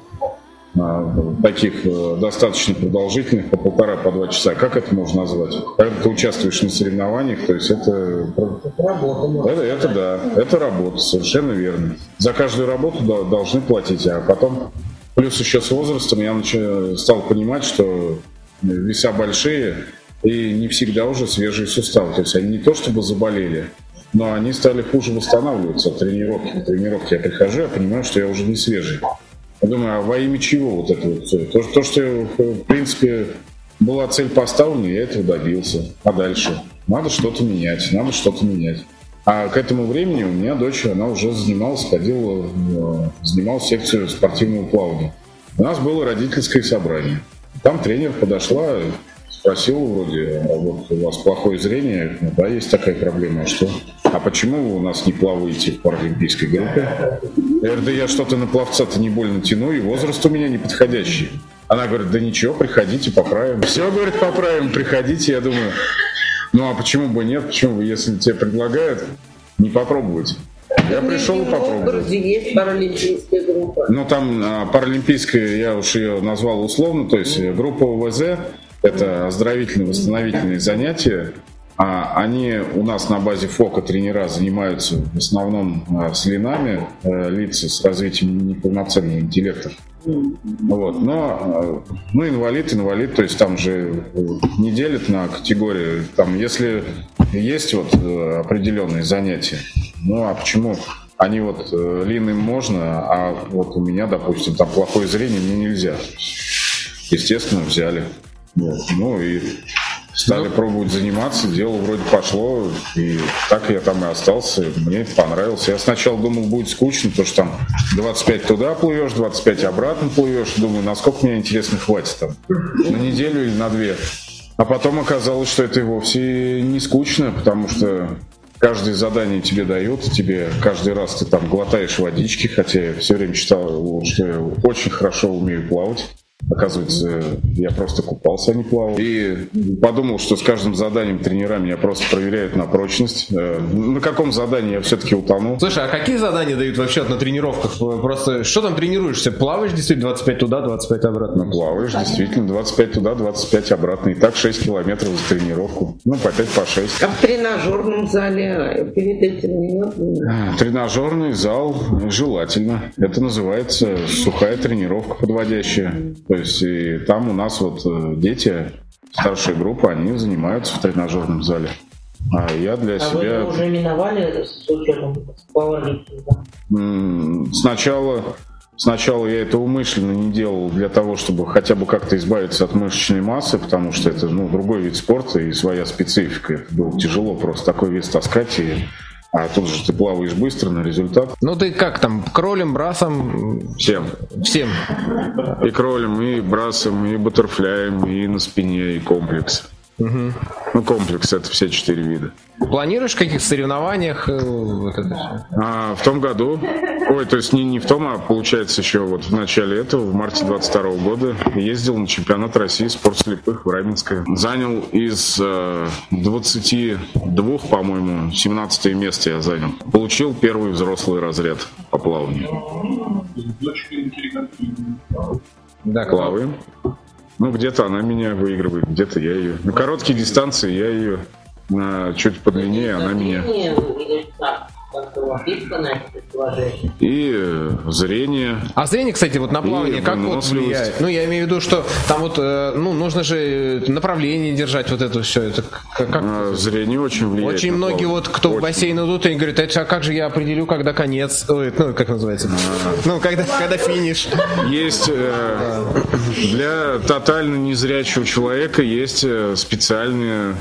таких достаточно продолжительных, по 1,5, по 2 часа. Как это можно назвать? Когда ты участвуешь на соревнованиях, то есть это работа. Это работа, совершенно верно. За каждую работу должны платить, а потом, плюс еще с возрастом я стал понимать, что веса большие и не всегда уже свежие суставы. То есть они не то чтобы заболели, но они стали хуже восстанавливаться от тренировки к тренировке. Я прихожу, я понимаю, что я уже не свежий. Я думаю, а во имя чего вот это вот все? То, что, в принципе, была цель поставлена, я этого добился. А дальше? Надо что-то менять. А к этому времени у меня дочь, она уже занималась секцию спортивного плавания. У нас было родительское собрание. Там тренер подошла, спросила вроде, а вот у вас плохое зрение? Да, есть такая проблема, а что? А почему вы у нас не плаваете в паралимпийской группе? Я говорю, да я что-то на пловца-то не больно тяну, и возраст у меня неподходящий. Она говорит, да ничего, приходите, поправим. Все, говорит, поправим, приходите. Я думаю, а почему бы нет? Почему бы, если тебе предлагают, не попробовать? Я пришел и попробовал. В городе есть паралимпийская группа. Там паралимпийская, я уж ее назвал условно, то есть группа ОВЗ, это оздоровительно-восстановительные занятия. Они у нас на базе ФОКа тренера занимаются в основном с линами, лица с развитием неполноценного интеллекта. Вот. Но инвалид, то есть там же не делят на категории. Там, если есть вот определенные занятия, а почему? Они вот лин им можно, а вот у меня, допустим, там плохое зрение, мне нельзя. Естественно, взяли. Вот. И стали пробовать заниматься, дело вроде пошло, и так я там и остался, мне это понравилось. Я сначала думал, будет скучно, потому что там 25 туда плывешь, 25 обратно плывешь, думаю, насколько мне интересно хватит там, на неделю или на 2. А потом оказалось, что это и вовсе не скучно, потому что каждое задание тебе дают, тебе каждый раз ты там глотаешь водички, хотя я все время считал, что я очень хорошо умею плавать. Оказывается, я просто купался, а не плавал. И подумал, что с каждым заданием тренера меня просто проверяют на прочность. На каком задании я все-таки утонул. Слушай, а какие задания дают вообще на тренировках? Просто что там тренируешься? Плаваешь действительно 25 туда, 25 обратно? Плаваешь действительно 25 туда, 25 обратно. И так 6 километров за тренировку. По 5, по 6. А в тренажерном зале перед этим не надо? Тренажерный зал желательно. Это называется сухая тренировка подводящая. То есть и там у нас вот дети, старшая группа, они занимаются в тренажерном зале. А я для себя... Вы уже миновали с учетом пауэрлифтинга? Сначала я это умышленно не делал для того, чтобы хотя бы как-то избавиться от мышечной массы, потому что это другой вид спорта и своя специфика. Это было тяжело просто такой вес таскать, а тут же ты плаваешь быстро на результат. Ты как там, кролем, брасом? Всем. И кролем, и брасом, и баттерфляем, и на спине, и комплекс. Угу. Комплекс — это все 4 вида. Планируешь в каких соревнованиях вот это все? В том году, то есть не в том, а получается еще вот в начале этого, в марте 22 года, ездил на чемпионат России спорт слепых в Раменское. Занял из 22, по-моему, 17 место я занял. Получил первый взрослый разряд по плаванию. Да, плаваем. Где-то она меня выигрывает, где-то я ее. На короткие дистанции я ее чуть подлиннее, она меня... И зрение. А зрение, кстати, вот на плавание как вот влияет? Ну, я имею в виду, что там вот, нужно же направление держать, вот это все. Это как... Зрение очень влияет. Очень многие вот, кто в бассейн идут, они говорят, а как же я определю, когда конец? Ой, ну, как называется? Ну, когда финиш. Есть для тотально незрячего человека есть специальные,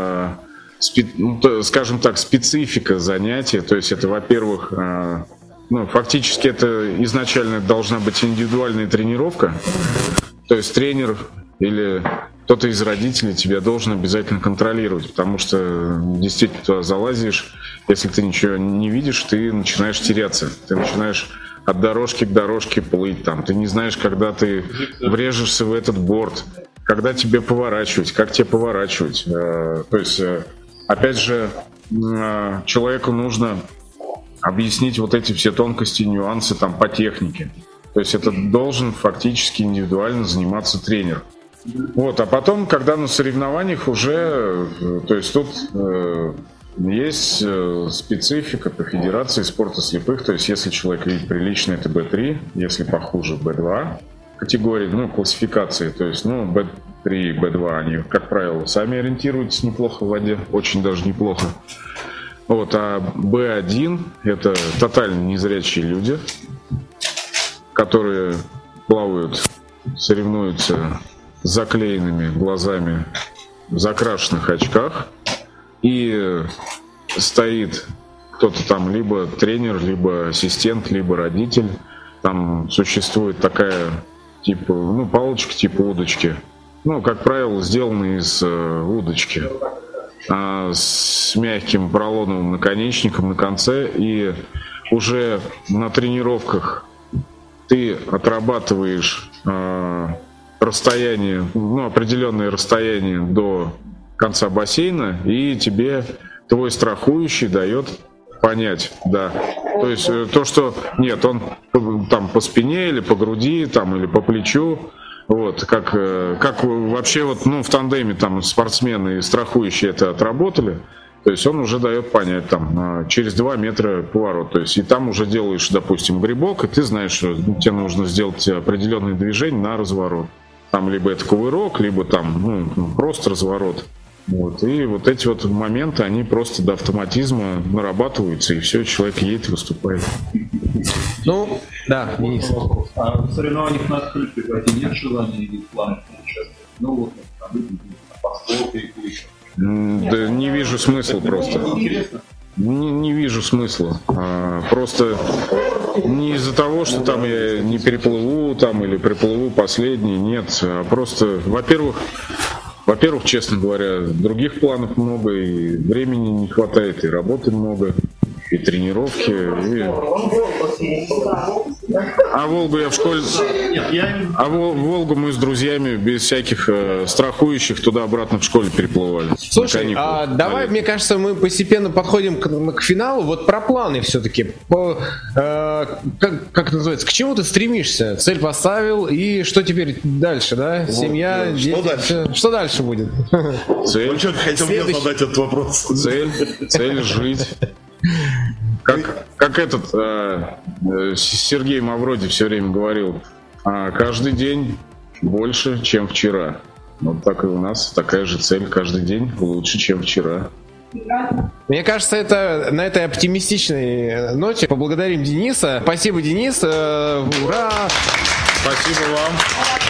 скажем так, специфика занятия. То есть это, во-первых, фактически это изначально должна быть индивидуальная тренировка. То есть тренер или кто-то из родителей тебя должен обязательно контролировать, потому что действительно туда залазишь, если ты ничего не видишь, ты начинаешь теряться, ты начинаешь от дорожки к дорожке плыть там, ты не знаешь, когда ты врежешься в этот борт, когда тебе поворачивать, как тебе поворачивать. То есть, опять же, человеку нужно объяснить вот эти все тонкости, нюансы там по технике. То есть это должен фактически индивидуально заниматься тренер. Вот, а потом, когда на соревнованиях уже, то есть тут есть специфика по Федерации спорта слепых, то есть если человек видит прилично, это B3, если похуже B2 категории, классификации, то есть, B3, B2, они, как правило, сами ориентируются неплохо в воде, очень даже неплохо. Вот, а B1 это тотально незрячие люди, которые плавают, соревнуются с заклеенными глазами в закрашенных очках, и стоит кто-то там, либо тренер, либо ассистент, либо родитель. Там существует такая типа, палочка типа удочки, как правило, сделана из удочки, с мягким поролоновым наконечником на конце, и уже на тренировках ты отрабатываешь расстояние, определенное расстояние до конца бассейна, и тебе твой страхующий дает понять, да. То есть то, что нет, он там по спине или по груди, там, или по плечу, вот, как вообще вот, в тандеме там спортсмены и страхующие это отработали, то есть он уже дает понять там через 2 метра поворот, то есть и там уже делаешь, допустим, грибок, и ты знаешь, что тебе нужно сделать определенные движения на разворот. Там либо это кувырок, либо там просто разворот. Вот. И вот эти вот моменты, они просто до автоматизма нарабатываются, и все, человек едет и выступает. Да, Денис. А в соревнованиях на открытой воде нет желания или планов участвовать? По спорту и еще. Да не вижу смысла просто. Интересно? Не вижу смысла. Просто не из-за того, что там я не переплыву там или приплыву последний, нет. А просто, во-первых, честно говоря, других планов много, и времени не хватает, и работы много, и тренировки. А Волгу я в школе... А Волгу мы с друзьями без всяких страхующих туда-обратно в школе переплывали. Слушай, давай, мне кажется, мы постепенно подходим к финалу. Вот про планы все-таки. Как называется? К чему ты стремишься? Цель поставил, и что теперь дальше, да? Семья, дети. Что дальше? Что дальше будет? Цель. Хотел мне задать этот вопрос. Цель жить. Как этот Сергей Мавроди все время говорил, каждый день больше, чем вчера. Вот так и у нас такая же цель, каждый день лучше, чем вчера. Мне кажется, на этой оптимистичной ноте поблагодарим Дениса. Спасибо, Денис. Ура! Спасибо вам.